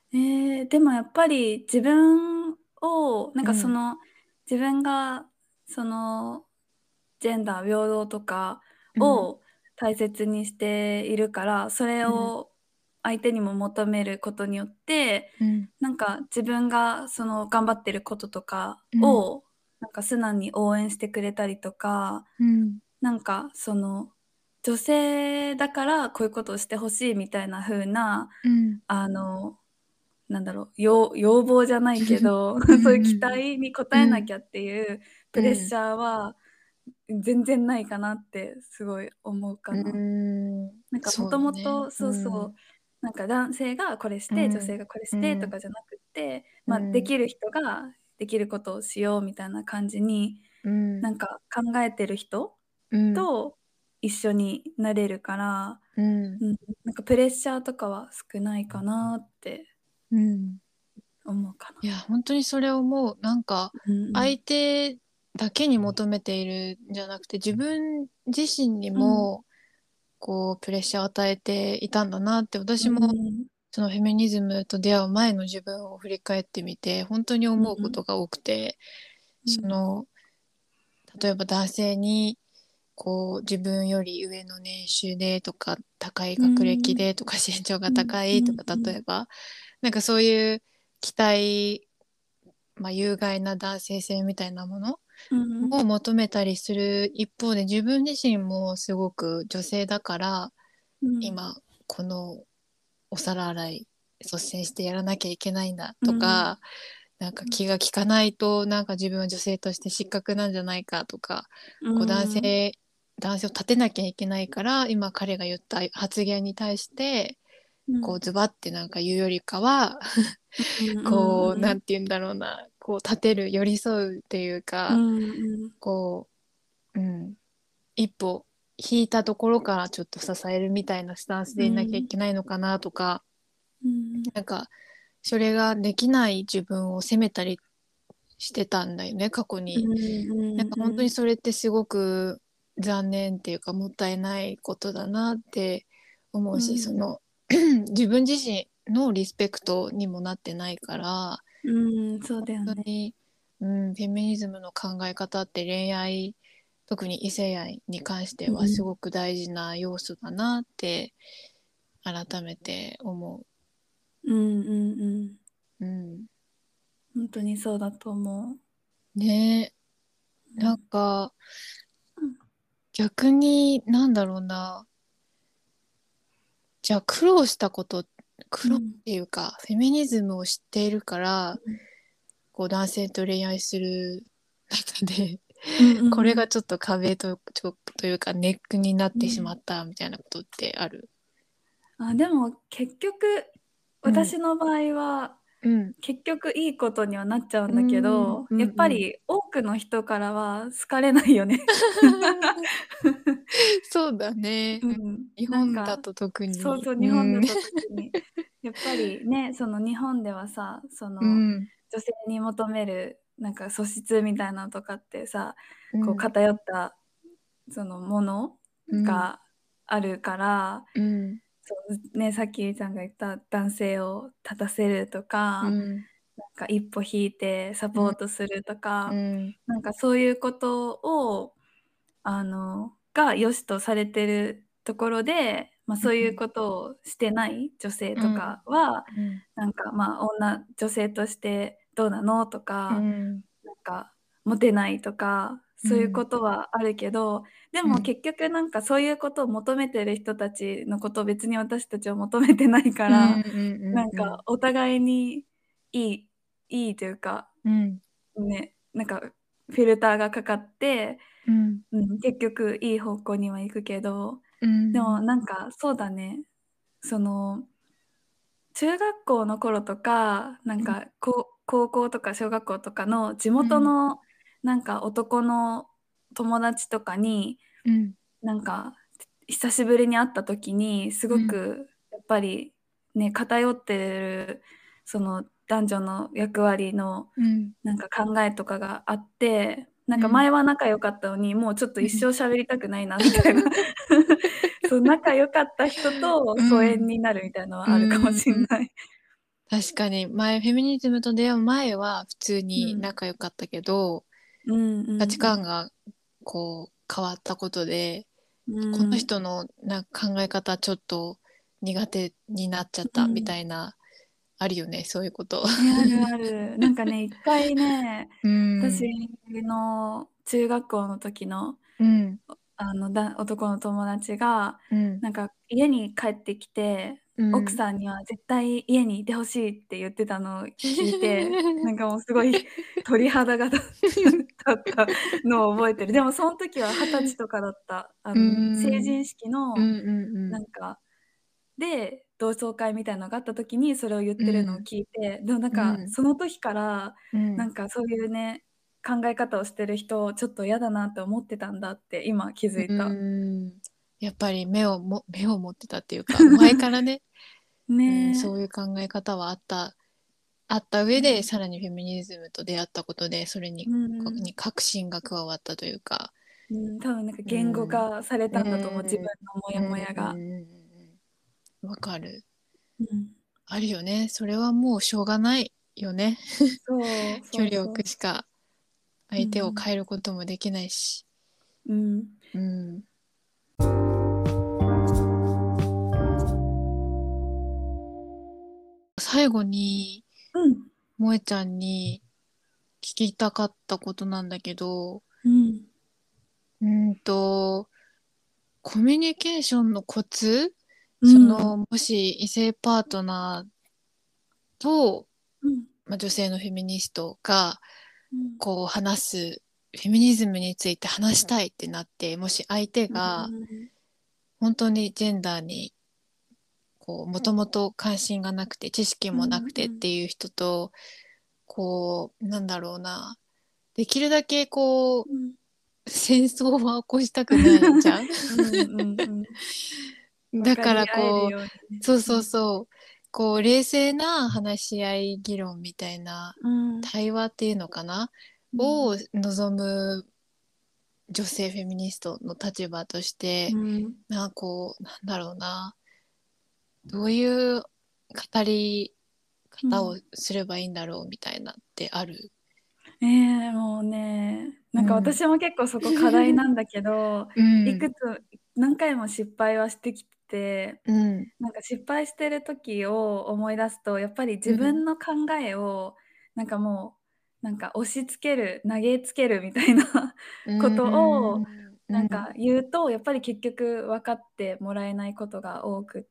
えー、でもやっぱり自分をなんうんかその、自分がそのジェンダー平等とかうんを大切にしているから、それうんを相手にも求めることによって、 うんなんか自分がその頑張ってることとかうんをなんか素直に応援してくれたりとか、 うんなんかその女性だからこういうことをしてほしいみたいな風な、 うんあのなんだろう、要、要望じゃないけど、 うそういう期ん待に応うんえなきゃっていうプうんレッシャーは全然ないかなってすごい思うかうな。 んなんかもそうともとだね。うそうそう、 んなんか男性がこれして女性うんがこれしてとうんかじゃなくて、まあ、でうんきる人ができることをしようみたいな感じにうんなんか考えてる人うんと一緒になれるから、 うんうん、なんかプレッシャーとかは少ないかなってうん思うかな。 いや、本当にそれを思う。なんか、相うん手だけに求めているんじゃなくて、自分自身にうん。 も、こう、プレッシャーを与えていたんだなって、 う私も、 んそのフェミニズムと出会う前の自分を振り返ってみて、本当に思うことが多くて、 うんその、例えば男性に、こう、自分より上の年収でとか、高いう学歴んでとか、身長がうん高いとか、 うん例えば、なんかそういう期待、まあ、有害な男性性みたいなものうんを求めたりする一方で、自分自身もすごく女性だからうん今このお皿洗い率先してやらなきゃいけないんだとうんか、なんか気が利かないとなんか自分は女性として失格なんじゃないかとか、 うこう男ん性男性を立てなきゃいけないから、今彼が言った発言に対してこうズバってなんか言うよりかはこうなんて言うんだろうな、こう立てる、寄り添うっていうか、こう、うん、一歩引いたところからちょっと支えるみたいなスタンスでいなきゃいけないのかなとか、なんかそれができない自分を責めたりしてたんだよね、過去に。なんか本当にそれってすごく残念っていうかもったいないことだなって思うし、その自分自身のリスペクトにもなってないから、 そうだよね。 本当に、うん、フェミニズムの考え方って恋愛、特に異性愛に関してはすごく大事な要素だなって改めて思うんうんうんう。うん、 本当にそうだと思ねえ、なんか逆になんだろうな、じゃあ苦労したこと、苦労っていうか、フェミニズムを知っているからこう男性と恋愛する中でこれがちょっと壁と、ちょというかネックになってしまったみたいなことってある？ あ、でも結局うん私の場合はうん結局いいことにはなっちゃうんうだけんど、やっぱうんうん。 り多くの人からは好かれないよね。 そうだね。 うん、 日なんか本だと特に。 そうそう、日本うん。 だと特にやっぱりね、その日本ではさ、そのうん。 女性に求めるなんか素質みたいなのとかってさ、こううん。 偏ったそのものうん。 があるから、 うん。 そうね、さっきゆいちゃんが言った男性を立たせるとか、 うん。 なんか一歩引いてサポートするとうか、 ん。 なんかそういうことをあのが良しとされてるところで、まあ、そういうことをしてない女性とうん。 かは、 うん。 なんかまあ女女性としてどうなのとうか、 ん。 なんかモテないとかそういうことはあるけど、でも結局なんかそういうことを求めてる人たちのことを別に私たちは求めてないかうん。 ら、 うん。 なんかお互いにいいいいというかうん。 ね、なんかフィルターがかかって、 うん。 うん、結局いい方向には行くけど、 うん。 でもなんかそうだね、その中学校の頃とか、なんかこ高校とか小学校とかの地うん。 元のなんか男の友達とかに、 うん。 なんか久しぶりに会った時にすごうん。 くやっぱりね、偏ってるその男女の役割のうん。 なんか考えとかがあって、なんかうん。 前は仲良かったのにもうちょっと一生喋りたくないなみたいなそう仲良かった人とう疎遠ん。 になるみたいなのうはあるかもしんん。 ない。 確かに前フェミニズムと出会う前は普通に仲良かったけど、 うんうん、 価値観がこう変わったことで、 うん、 この人のなんか考え方ちょっと苦手になっちゃったみたいな、あるよね、そういうこと。 うん、あるある。なんかね、一回ね、 うん、 私の中学校の時の、 うん、 あのだ男の友達が、 うん、 なんか家に帰ってきて、 うん。 奥さんには絶対家にいてほしいって言ってたのを聞いて、なんかもうすごい鳥肌が立ったのを覚えてる。でもその時ははたちとかだった。あうの成ん、 人式うん、 のうん、 なんかで、同窓会みたいなのがあった時にそれを言っうん、 てるのを聞いて、でもなんうん、 かその時からうん、 なんかそういうね、考え方をしてる人ちょっと嫌だなって思ってたんだって今気づいうた。 ん。やっぱり目をも、目を持ってたっていうか、前からね、うん、 ねえ。 そういう考え方はあった、あった上で、 うん。 さらにフェミニズムと出会ったことで、それに、 うん。 に革新が加わったというか、 うん、多分なんかう言語ん、 化されうたんだと思う、自分ん、 のモヤモうん、 ヤが。 うん、わかる。 うん。 あるよね。それはもうしょうがないよね。 そう距離を置そうそう。 くしか相手をうん変えることもできないし。 うん。 うん。最後に、 うん。 萌ちゃんに聞きたかったことなんだけど、 うん。 うんと、コミュニケーションのコツ、 うん。 その、もし異性パートナーと、 うん。 まあ、女性のフェミニストが、 うん。 こう話す、フェミニズムについて話したいってなって、もし相手うがん。 本当にジェンダーにこう、もともと関心がなくて、知識うもなくてっん。 ていう人と、こう、なんだろうな、できるだけこう、 うん。 戦争は起こしたくないじゃん。 うんうんうん。分だからかり合えるこう、 ようにね。 そうそううん。 そう、こう、冷静な話し合い議論みたいなうん。 対話っていうのかなをうん。 望む女性フェミニストの立場として、 うん。 なんかこう、なんだろうな、どういう語り方をうん。 すればいいんだろうみたいなってある？ ええ、もうね、なんかうん。 私も結構そこ課題なんだけど、 うん。 いくつ何回も失敗はしてきて、 うん。 なんか失敗してる時を思い出すと、やっぱり自うん。 分の考えをなんかもう、なんか押し付ける、投げつけるみたいなうことをん。うん。 なんか言うと、やっぱり結局分かってもらえないことが多くって、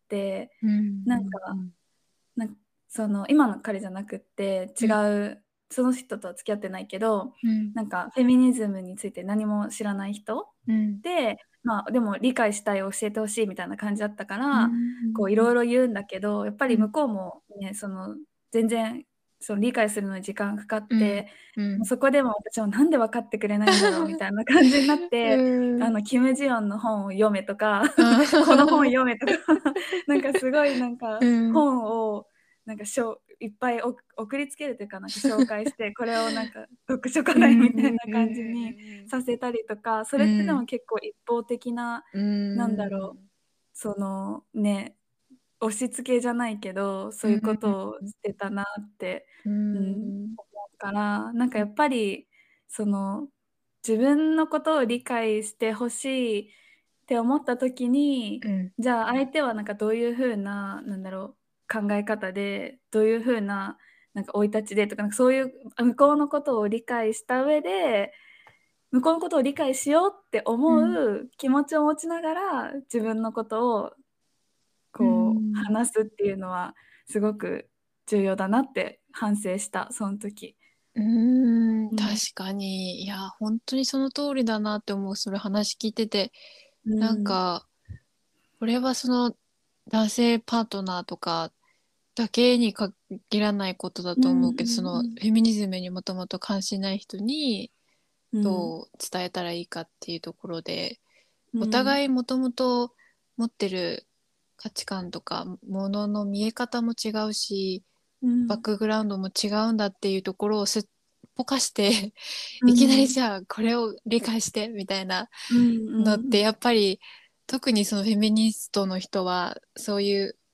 うん。 なんかうん。 なんその今の彼じゃなくって違うん。 うその人とは付き合ってないけど、 うん。 なんかフェミニズムについて何も知らない人うん。 で、まあ、でも理解したい、教えてほしいみたいな感じだったかうら、こういろいん。 ろ言うんだけど、やっぱうん。 り向こうもね、その全然その理解するのに時間かかっうん。 て、 うん。 もうそこでも私もなんで分かってくれないんだろうみたいな感じになっうて、あん。 のキム・ジヨンの本を読めとか、 あこの本ー読めとか、なんかすごいなんかうん。 本をなんかしょいっぱいお送りつけるというか、なんか紹介して、これをなんか読書課う題みたいなん。 感じにさせたりとか、そうれってでもん。 結構一方的な、 うなんだろう、 ん。 そのね、押し付けじゃないけど、そういうこうん。 とをしてたなって、 ううん、 ん。 思うから、なんかやっぱりその自分のことを理解してほしいって思った時に、 うん。 じゃあ相手はなんかどういう風な、なんだろう、考え方で、どういう風な、なんか生い立ちでとか、なんかそういう向こうのことを理解した上で、向こうのことを理解しようって思うんう気持ちを持ちながら、自分のことをうこうん。 話すっていうのはすごく重要だなって反省した、その時。 うーん、 うん。 確かに。いや、本当にその通りだなって思う。それ話聞いてて。なんうん。 か、これはその男性パートナーとかだけに限らないことだうんうと思うけど、そのフんェミニズムにもともと関心ない人にうん。うん。 どう伝えたらいいかっていうところで、おうん。 互いもともと持ってる価値観とか、ものの見え方も違うし、 うん。 バックグラウンドも違うんだっていうところをすっぽかしてういきなりん。 じゃあこれを理解してみたいなうんうんのってやっぱり特にそのフェミニストの人はそういう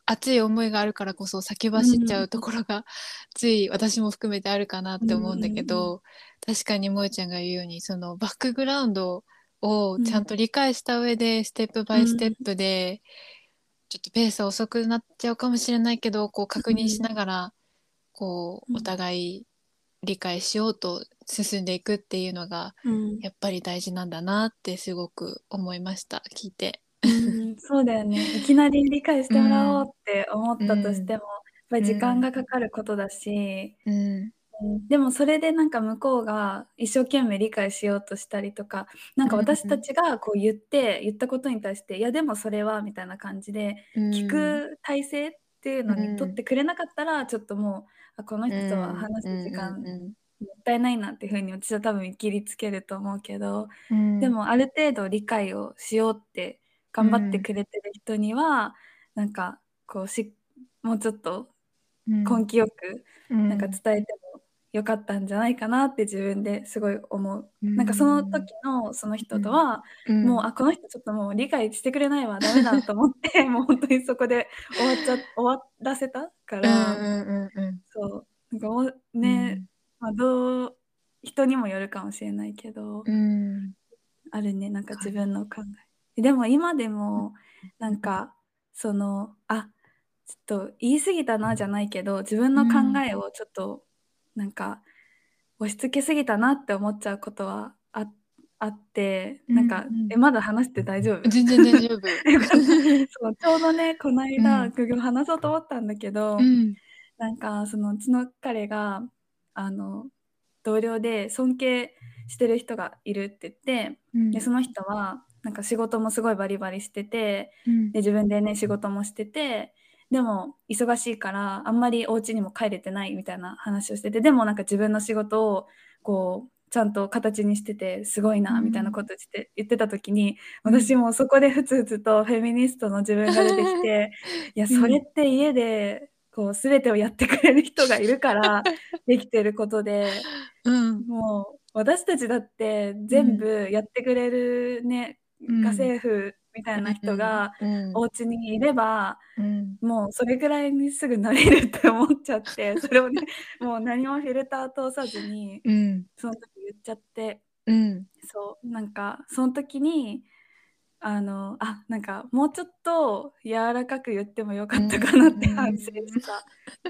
熱い思いがあるからこそ先走っちゃうところがつい私も含めてあるかなって思うんだけど、確かに萌ちゃんが言うようにそのバックグラウンドをちゃんと理解した上でステップバイステップでちょっとペースは遅くなっちゃうかもしれないけどこう確認しながらこうお互い理解しようと進んでいくっていうのがやっぱり大事なんだなってすごく思いました聞いて。 うん、そうだよね。いきなり理解してもらおうって思ったとしても、やっぱり時間がかかることだし、 うん、 うんでもそれでなんか向こうが一生懸命理解しようとしたりとか、なんか私たちがこう言って、言ったことに対して、いやでもそれはみたいな感じで、聞く体制っていうのに取ってくれなかったら、ちょっともう、あ、この人とは話す時間もったいないなっていうふうに私は多分切りつけると思うけど、でもある程度理解をしようって頑張ってくれてる人には、なんかこうしもうちょっと根気よくなんか伝えてもよかったんじゃないかなって自分ですごい思う。なんかその時のその人とは、もうあこの人ちょっともう理解してくれないわダメだと思ってもう本当にそこで終わっちゃ終わらせたから、そうなんかもね、まあ、どう人にもよるかもしれないけど、あるねなんか自分の考え。でも今でもなんかそのあちょっと言い過ぎたなじゃないけど自分の考えをちょっとなんか押し付けすぎたなって思っちゃうことはあ、あってなんか、うんうん、えまだ話して大丈夫？ 全然大丈夫そうちょうどねこの間、うん、話そうと思ったんだけど、うん、なんかそのうちの彼があの同僚で尊敬してる人がいるって言って、うん、でその人はなんか仕事もすごいバリバリしてて、うん、で自分でね仕事もしててでも忙しいからあんまりお家にも帰れてないみたいな話をしててでもなんか自分の仕事をこうちゃんと形にしててすごいなみたいなことして言ってた時に、うん、私もそこでふつふつとフェミニストの自分が出てきていやそれって家でこう全てをやってくれる人がいるからできてることで、うん、もう私たちだって全部やってくれるね、うん、家政婦みたいな人がお家にいれば、うん、もうそれぐらいにすぐなれるって思っちゃってそれをねもう何もフィルター通さずに、うん、その時言っちゃって、うん、そうなんかその時にあのあなんかもうちょっと柔らかく言ってもよかったかなって反省した。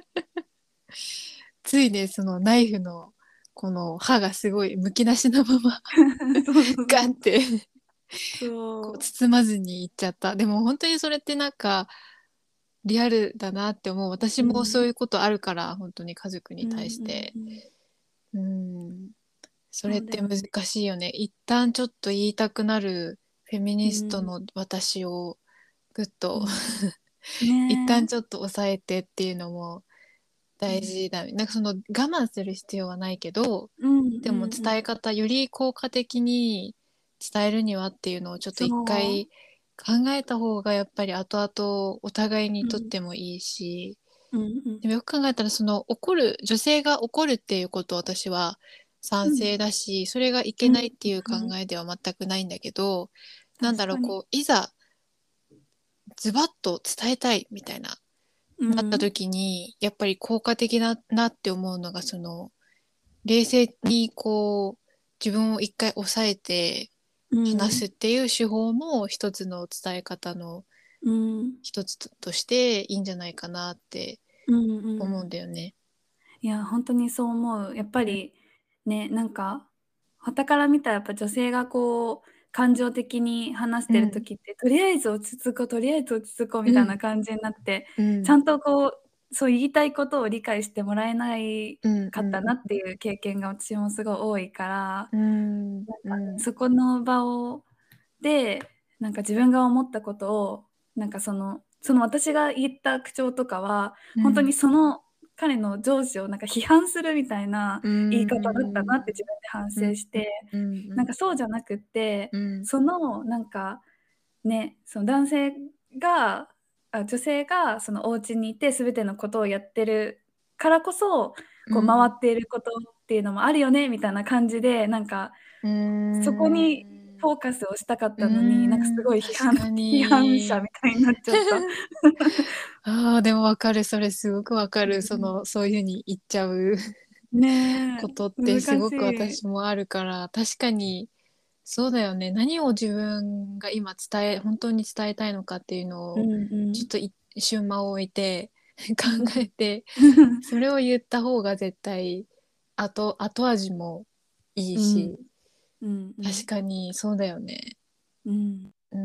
ついねそのナイフのこの刃がすごいむき出しなままガンってこう包まずにいっちゃった。でも本当にそれってなんかリアルだなって思う。私もそういうことあるから、うん、本当に家族に対して、うん、うん、それって難しいよね。一旦ちょっと言いたくなるフェミニストの私をぐっと、うんね、一旦ちょっと抑えてっていうのも大事だ、うん、なんかその我慢する必要はないけど、うん、でも伝え方より効果的に伝えるにはっていうのをちょっと一回考えた方がやっぱり後々お互いにとってもいいし、うん、でもよく考えたらその怒る女性が怒るっていうことを私は賛成だし、うん、それがいけないっていう考えでは全くないんだけど、うん、なんだろうこういざズバッと伝えたいみたいな、うん、なった時にやっぱり効果的だなって思うのがその冷静にこう自分を一回抑えて話すっていう手法も一つの伝え方の一つとしていいんじゃないかなって思うんだよね。うんうん、 いや本当にそう思う。やっぱりねなんか傍から見たらやっぱ女性がこう感情的に話してる時って、うん、とりあえず落ち着こうとりあえず落ち着こうみたいな感じになって、うん、ちゃんとこうそう言いたいことを理解してもらえないかったなっていう経験が私もすごい多いから、うん、なんかそこの場をでなんか自分が思ったことをなんかそのその私が言った口調とかは、うん、本当にその彼の上司をなんか批判するみたいな言い方だったなって自分で反省して、うん、なんかそうじゃなくって、うん、そのなんかねその男性があ女性がそのお家にいて全てのことをやってるからこそこう回っていることっていうのもあるよねみたいな感じでなんかそこにフフォーカスをしたかっうたのに、なんかすーん、 ごい批判確か批判者に。 みたいになっちゃった。 ああ、でもわかる。それすごくわかる。そうんの、そういうふうに言っちゃうねことっえ、 てすごく難しい。 私もあるから、確かに、そうだよね。何を自分が今伝え、本当に伝えたいのかっていうのを、 うんうんちょっと一瞬間を置いて考うん。 えて、それを言った方が絶対、後、後味もいいうんし、 うんうん確かにそうだよね。 うん。 うん。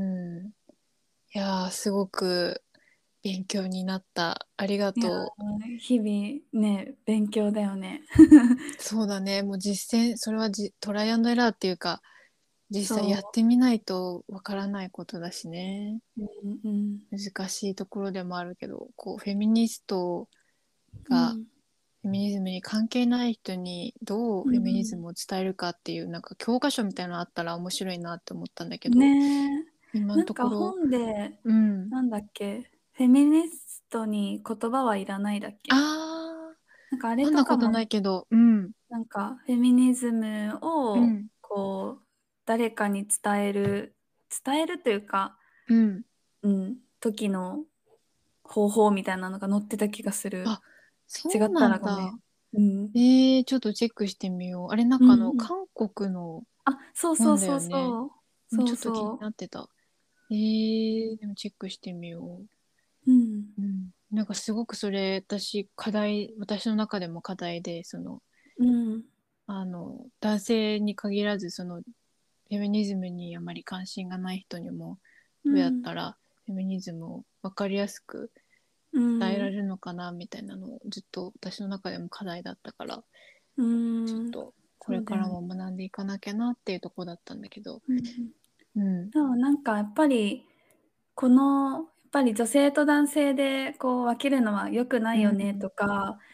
いやー、すごく勉強になった。ありがいやとう。 ー、日々ね、勉強だよね。 そうだね。もう実践、それはじトライアンドエラーっていうか、実際やっそてみないとわからないことだしね。 う。うんうん難しいところでもあるけど、こう、フェミニストがうんフェミニズムに関係ない人にどううフェミニズん。 ムを伝えるかっていう、なんか教科書みたいなのあったら面白いなって思ったんだけど、 ねえ、 今のなんかところ、 本で、 うん。 なんだっけ、フェミニストに言葉はいらないだっけ。 あなんかあー、 れとかも、 読んだことないけど、うん、 なんかフェミニズムをうん、 こう誰かに伝える、伝えるというか、 うん。 うん、時の方法みたいなのが載ってた気がする。 あ、そ違っうなたらごめん。 んだ。 うん。 えー、ちょっとチェックしてみよう。あれ、なんかあの、 うんうん。 韓国のあ、そうそう本だそうよね。 そう。そうもうちょっと気にそなってた。えー、でもチェックしてみよう。うん。 う。うん。なんかすごくそれ、私、課題、私の中でも課題で、その、 うん。 あの、男性に限らず、その、フェミニズムにあまり関心がない人にも、どうやっうん。 たらフェミニズムを分かりやすくう伝えられん。 るのかな、みたいなのをずっと私の中でも課題だったから、 うん。 ちょっとこれからそうだよね。 も学んでいかなきゃなっていうところだったんだけど、 うん。 うん、 でもなんかやっぱり、この、やっぱり女性と男性でこう分けるのは良くなうん、 いよねとか、 うん、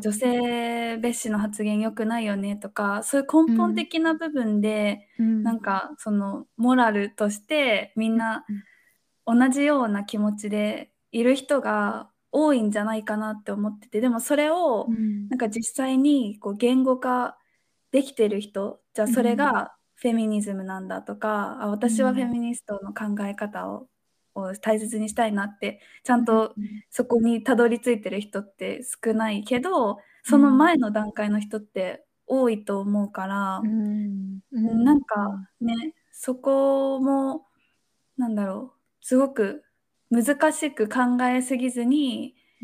なんか女性蔑視の発言良くないよねとか、そういう根本うん、 的な部分で、 うん、 なんかそのモラルとしてみんなうん、 同じような気持ちでいる人が多いんじゃないかなって思ってて、でもそれをうん、 なんか実際にこう言語化できてる人、じゃあそれうん、 がフェミニズムなんだとか、あ、私はフェミニストの考え方を、を大切にしたいなって、ちゃんとそこにたどり着いてる人って少ないけど、そのうん、 前の段階の人って多いと思うから、 うん、うん、 なんかね、そこもなんだろう、すごく難しく考えすぎずにうん、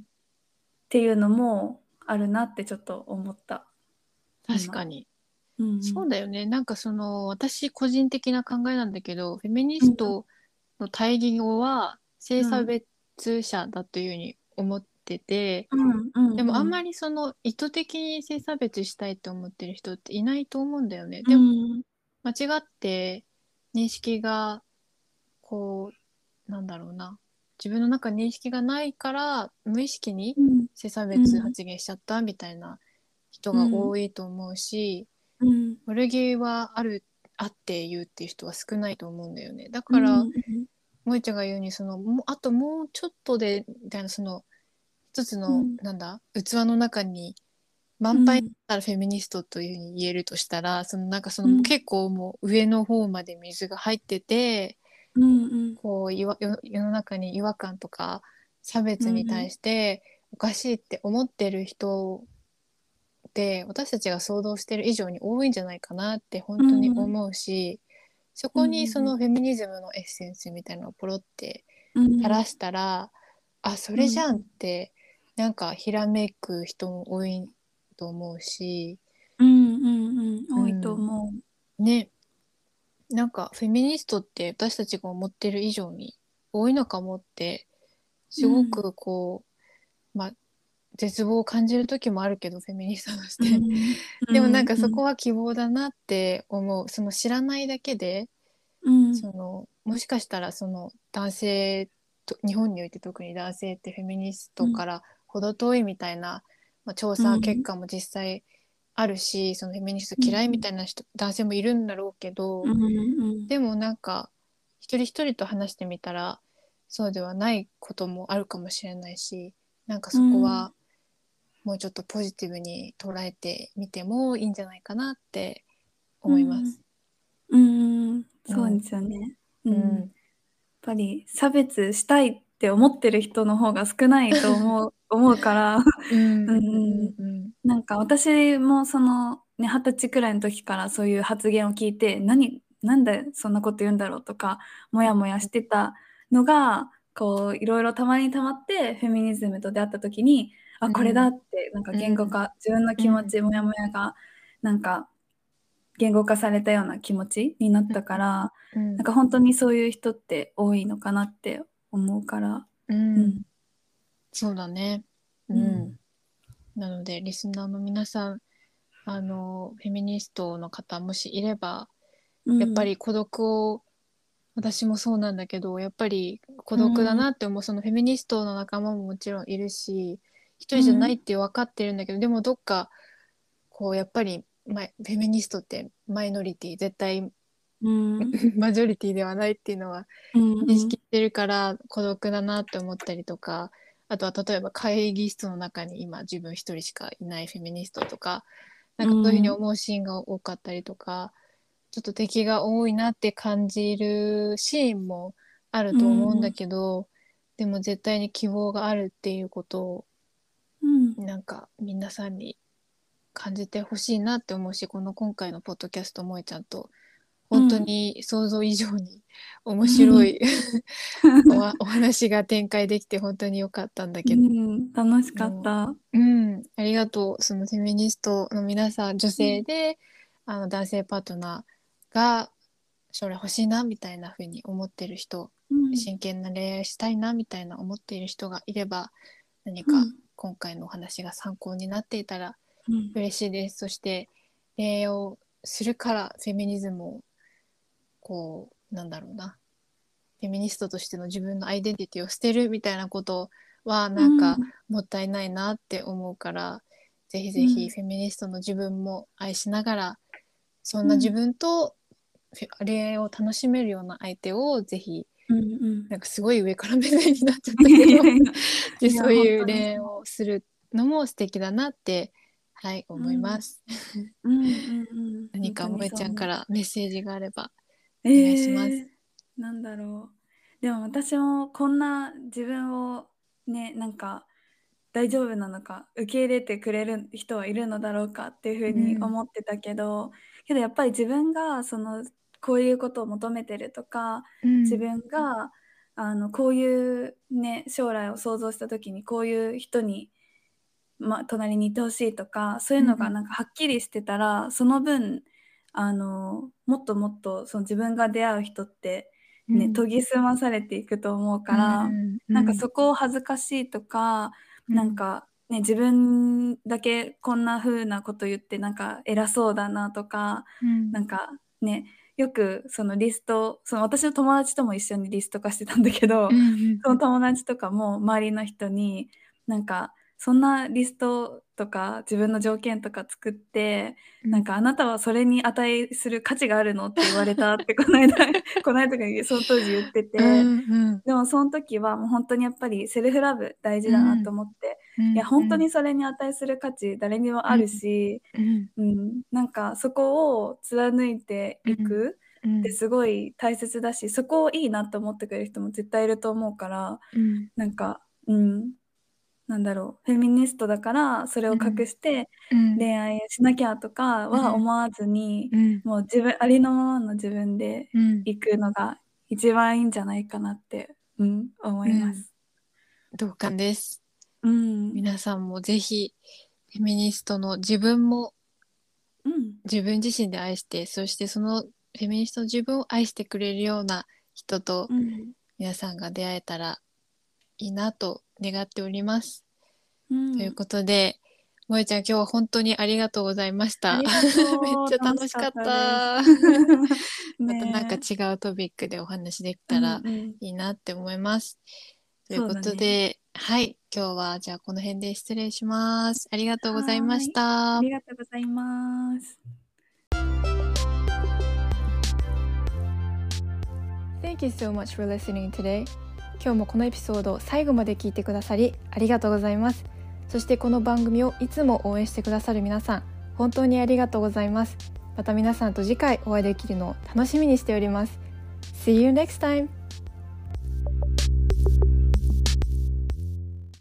っていうのもあるなってちょっと思った、今。 確かに。 うんそうだよね。なんかその、私個人的な考えなんだけど、フェミニうん。 ストの対義語は性差うん。 別者だというふうに思ってて、 うんうんでもあんまうん。 りその意図的に性差別したいって思ってる人っていないと思うんだよね。 うでもん間違って認識がこう、なんだろうな。自分の中に認識がないから無意識にうん性差うん別発言しちゃったみたいな人がうん多いと思うし、 うん悪気はある、あって言うっていう人は少ないと思うんだよね。だうからんうん萌ちゃんが言うにそのもうあともうちょっとでみたいなその一つのうんなんだ器の中に満杯だっうんたらフェミニストというふうに言えるとしたらそのなんかそのうん結構もう上の方まで水が入っててうんこういわ世世の中に違和感とか差別に対うんしておかしいって思ってる人って私たちが想像してる以上に多いんじゃないかなって本当にうん思うしそうんこにそのフェミニズムのエッセンスみたいなのをポロってうん垂らしたらあそうんれじゃんってなんかひらめく人も多いと思うし、 うんうん多いとうん、 思ねなんかフェミニストって私たちが思ってる以上に多いのかもってう。うんすごくこう、まあ、絶望を感じる時もあるけどフェミニストとしうてんうでもなんんうんかそこは希望だなって思うその知らないだけでうんそのもしかしたらその男性と日本において特に男性ってフェミニスうんトから程遠いみたいな、まあ、調査結うん果も実際あるしそのフェミニストうん嫌いみたいな人男性もいるんだろうけどうんうんでもなんか一人一人と話してみたらそうではないこともあるかもしれないしなんかそこうんはもうちょっとポジティブに捉えてみてもいいんじゃないかなってうん思います。 うんそうですよね、うんうんやっぱり差別したいって思ってる人の方が少ないと思う思うからうんうんうんうんうんなんか私もそのね二十歳くらいの時からそういう発言を聞いて何なんでそんなこと言うんだろうとかモヤモヤしてたのがこういろいろたまりにたまってフェミニズムと出会った時にあこれだってなんか言語化、自分の気持ち、モヤモヤがなんか言語化されたような気持ちになったから、 うんなんか本当にそういう人って多いのかなって思うから、 ううんんそうだね。ううんん。なので、リスナーの皆さん、あの、フェミニストの方、もしいれば、 うん、 やっぱり孤独を、私もそうなんだけど、やっぱり孤独だうんなって思う、そのフェミニストの仲間ももちろんいるし、一人じゃないっうんて分かってるんだけど、でもどっか、こう、やっぱり、ま、フェミニストってマイノリティ、絶対うんマジョリティではないっていうのは認識うんしてるから孤独だなって思ったりとか、あとは例えば会議室の中に今自分一人しかいないフェミニストとか、なんかそういうふうに思うシーンが多かったりとか、ちょっと敵が多いなって感じるシーンもあるうと思うんだんけど、でも絶対に希望があるっていうことをうんなんか皆さんに感じてほしいなって思うし、この今回のポッドキャスト萌ちゃんと本当に想像以上に面白いおわお話が展開できて本当に良かったんだうけど、 ん楽しかっもた。 う、うん、ありがとう。そのフェミニストの皆さん、女性で、あの男性パートナーが将来欲しいなみたいな風に思ってる人、 うん真剣な恋愛したいなみたいな思っている人がいれば、何かうん今回のお話が参考になっていたらうん嬉しいです。そして恋愛をするからフェミニズムをこうなんだろうな、フェミニストとしての自分のアイデンティティを捨てるみたいなことはなんかもったいないなって思うから、ぜひぜひフェミニストの自分も愛しながら、そんな自分と恋愛を楽しめるような相手をぜひ、 うんうんなんかすごい上から目線になっちゃったけどでいやそういう本当に恋愛をするのも素敵だなってはい思います。 うんうんうん何か本当萌ちゃんかにそう思う。 らメッセージがあればえお願いします。 ー、なんだろう。でも私もこんな自分をね、なんか大丈夫なのか、受け入れてくれる人はいるのだろうかっていうふうにうん思ってたけど、けどやっぱり自分がそのこういうことを求めてるとか、自うん分があのこういうね、将来を想像した時にこういう人にまあ、隣にいてほしいとかそういうのがうんなんかはっきりしてたらその分あのもっともっとその自分が出会う人ってねうん研ぎ澄まされていくと思ううからんうんなんかそこを恥ずかしいとかうんなんか、ね、自分だけこんな風なこと言ってなんか偉そうだなとかうんなんかねよくそのリストその私の友達とも一緒にリスト化してたんだけどうんその友達とかも周りの人になんかそんなリストとか自分の条件とか作ってうんなんかあなたはそれに値する価値があるのって言われたってこの間この間とかにその当時言ってうてんうんでもその時はもう本当にやっぱりセルフラブ大事だなと思っていやうん本当にそれに値する価値誰にもあるし、 うんうん、なんかそこを貫いていくうんってすごい大切だしそこをいいなと思ってくれる人も絶対いると思うからうんなんかうんなんだろう、フェミニストだからそれを隠してうん恋愛しなきゃとかは思わずに、 うんもう自分ありのままの自分でうん行くのが一番いいんじゃないかなって、うん、思います。 同感です。 うん、 皆さんもぜひフェミニストの自分もうん、 自分自身で愛して、そしてそのフェミニストの自分を愛してくれるような人とうん、 皆さんが出会えたらいいなと願っております。 うというん。 ことで、萌ちゃん今日は本当にありがとうございました。 ありがめっとう、 ちゃ楽しかっ楽しかったです。 た。またなんかね違うトピックでお話できえ、うたらんうん、 いいなって思います。というこそうだね。 とで、はい、今日はじゃあこの辺で失礼します。ありがとうございましはーい、あた。 りがとうございます。 Thank you so much for listening today. 今日もこのエピソードを最後まで聞いてくださりありがとうございます。そしてこの番組をいつも応援してくださる皆さん、本当にありがとうございます。 また皆さんと次回お会いできるのを楽しみにしております。See you next time!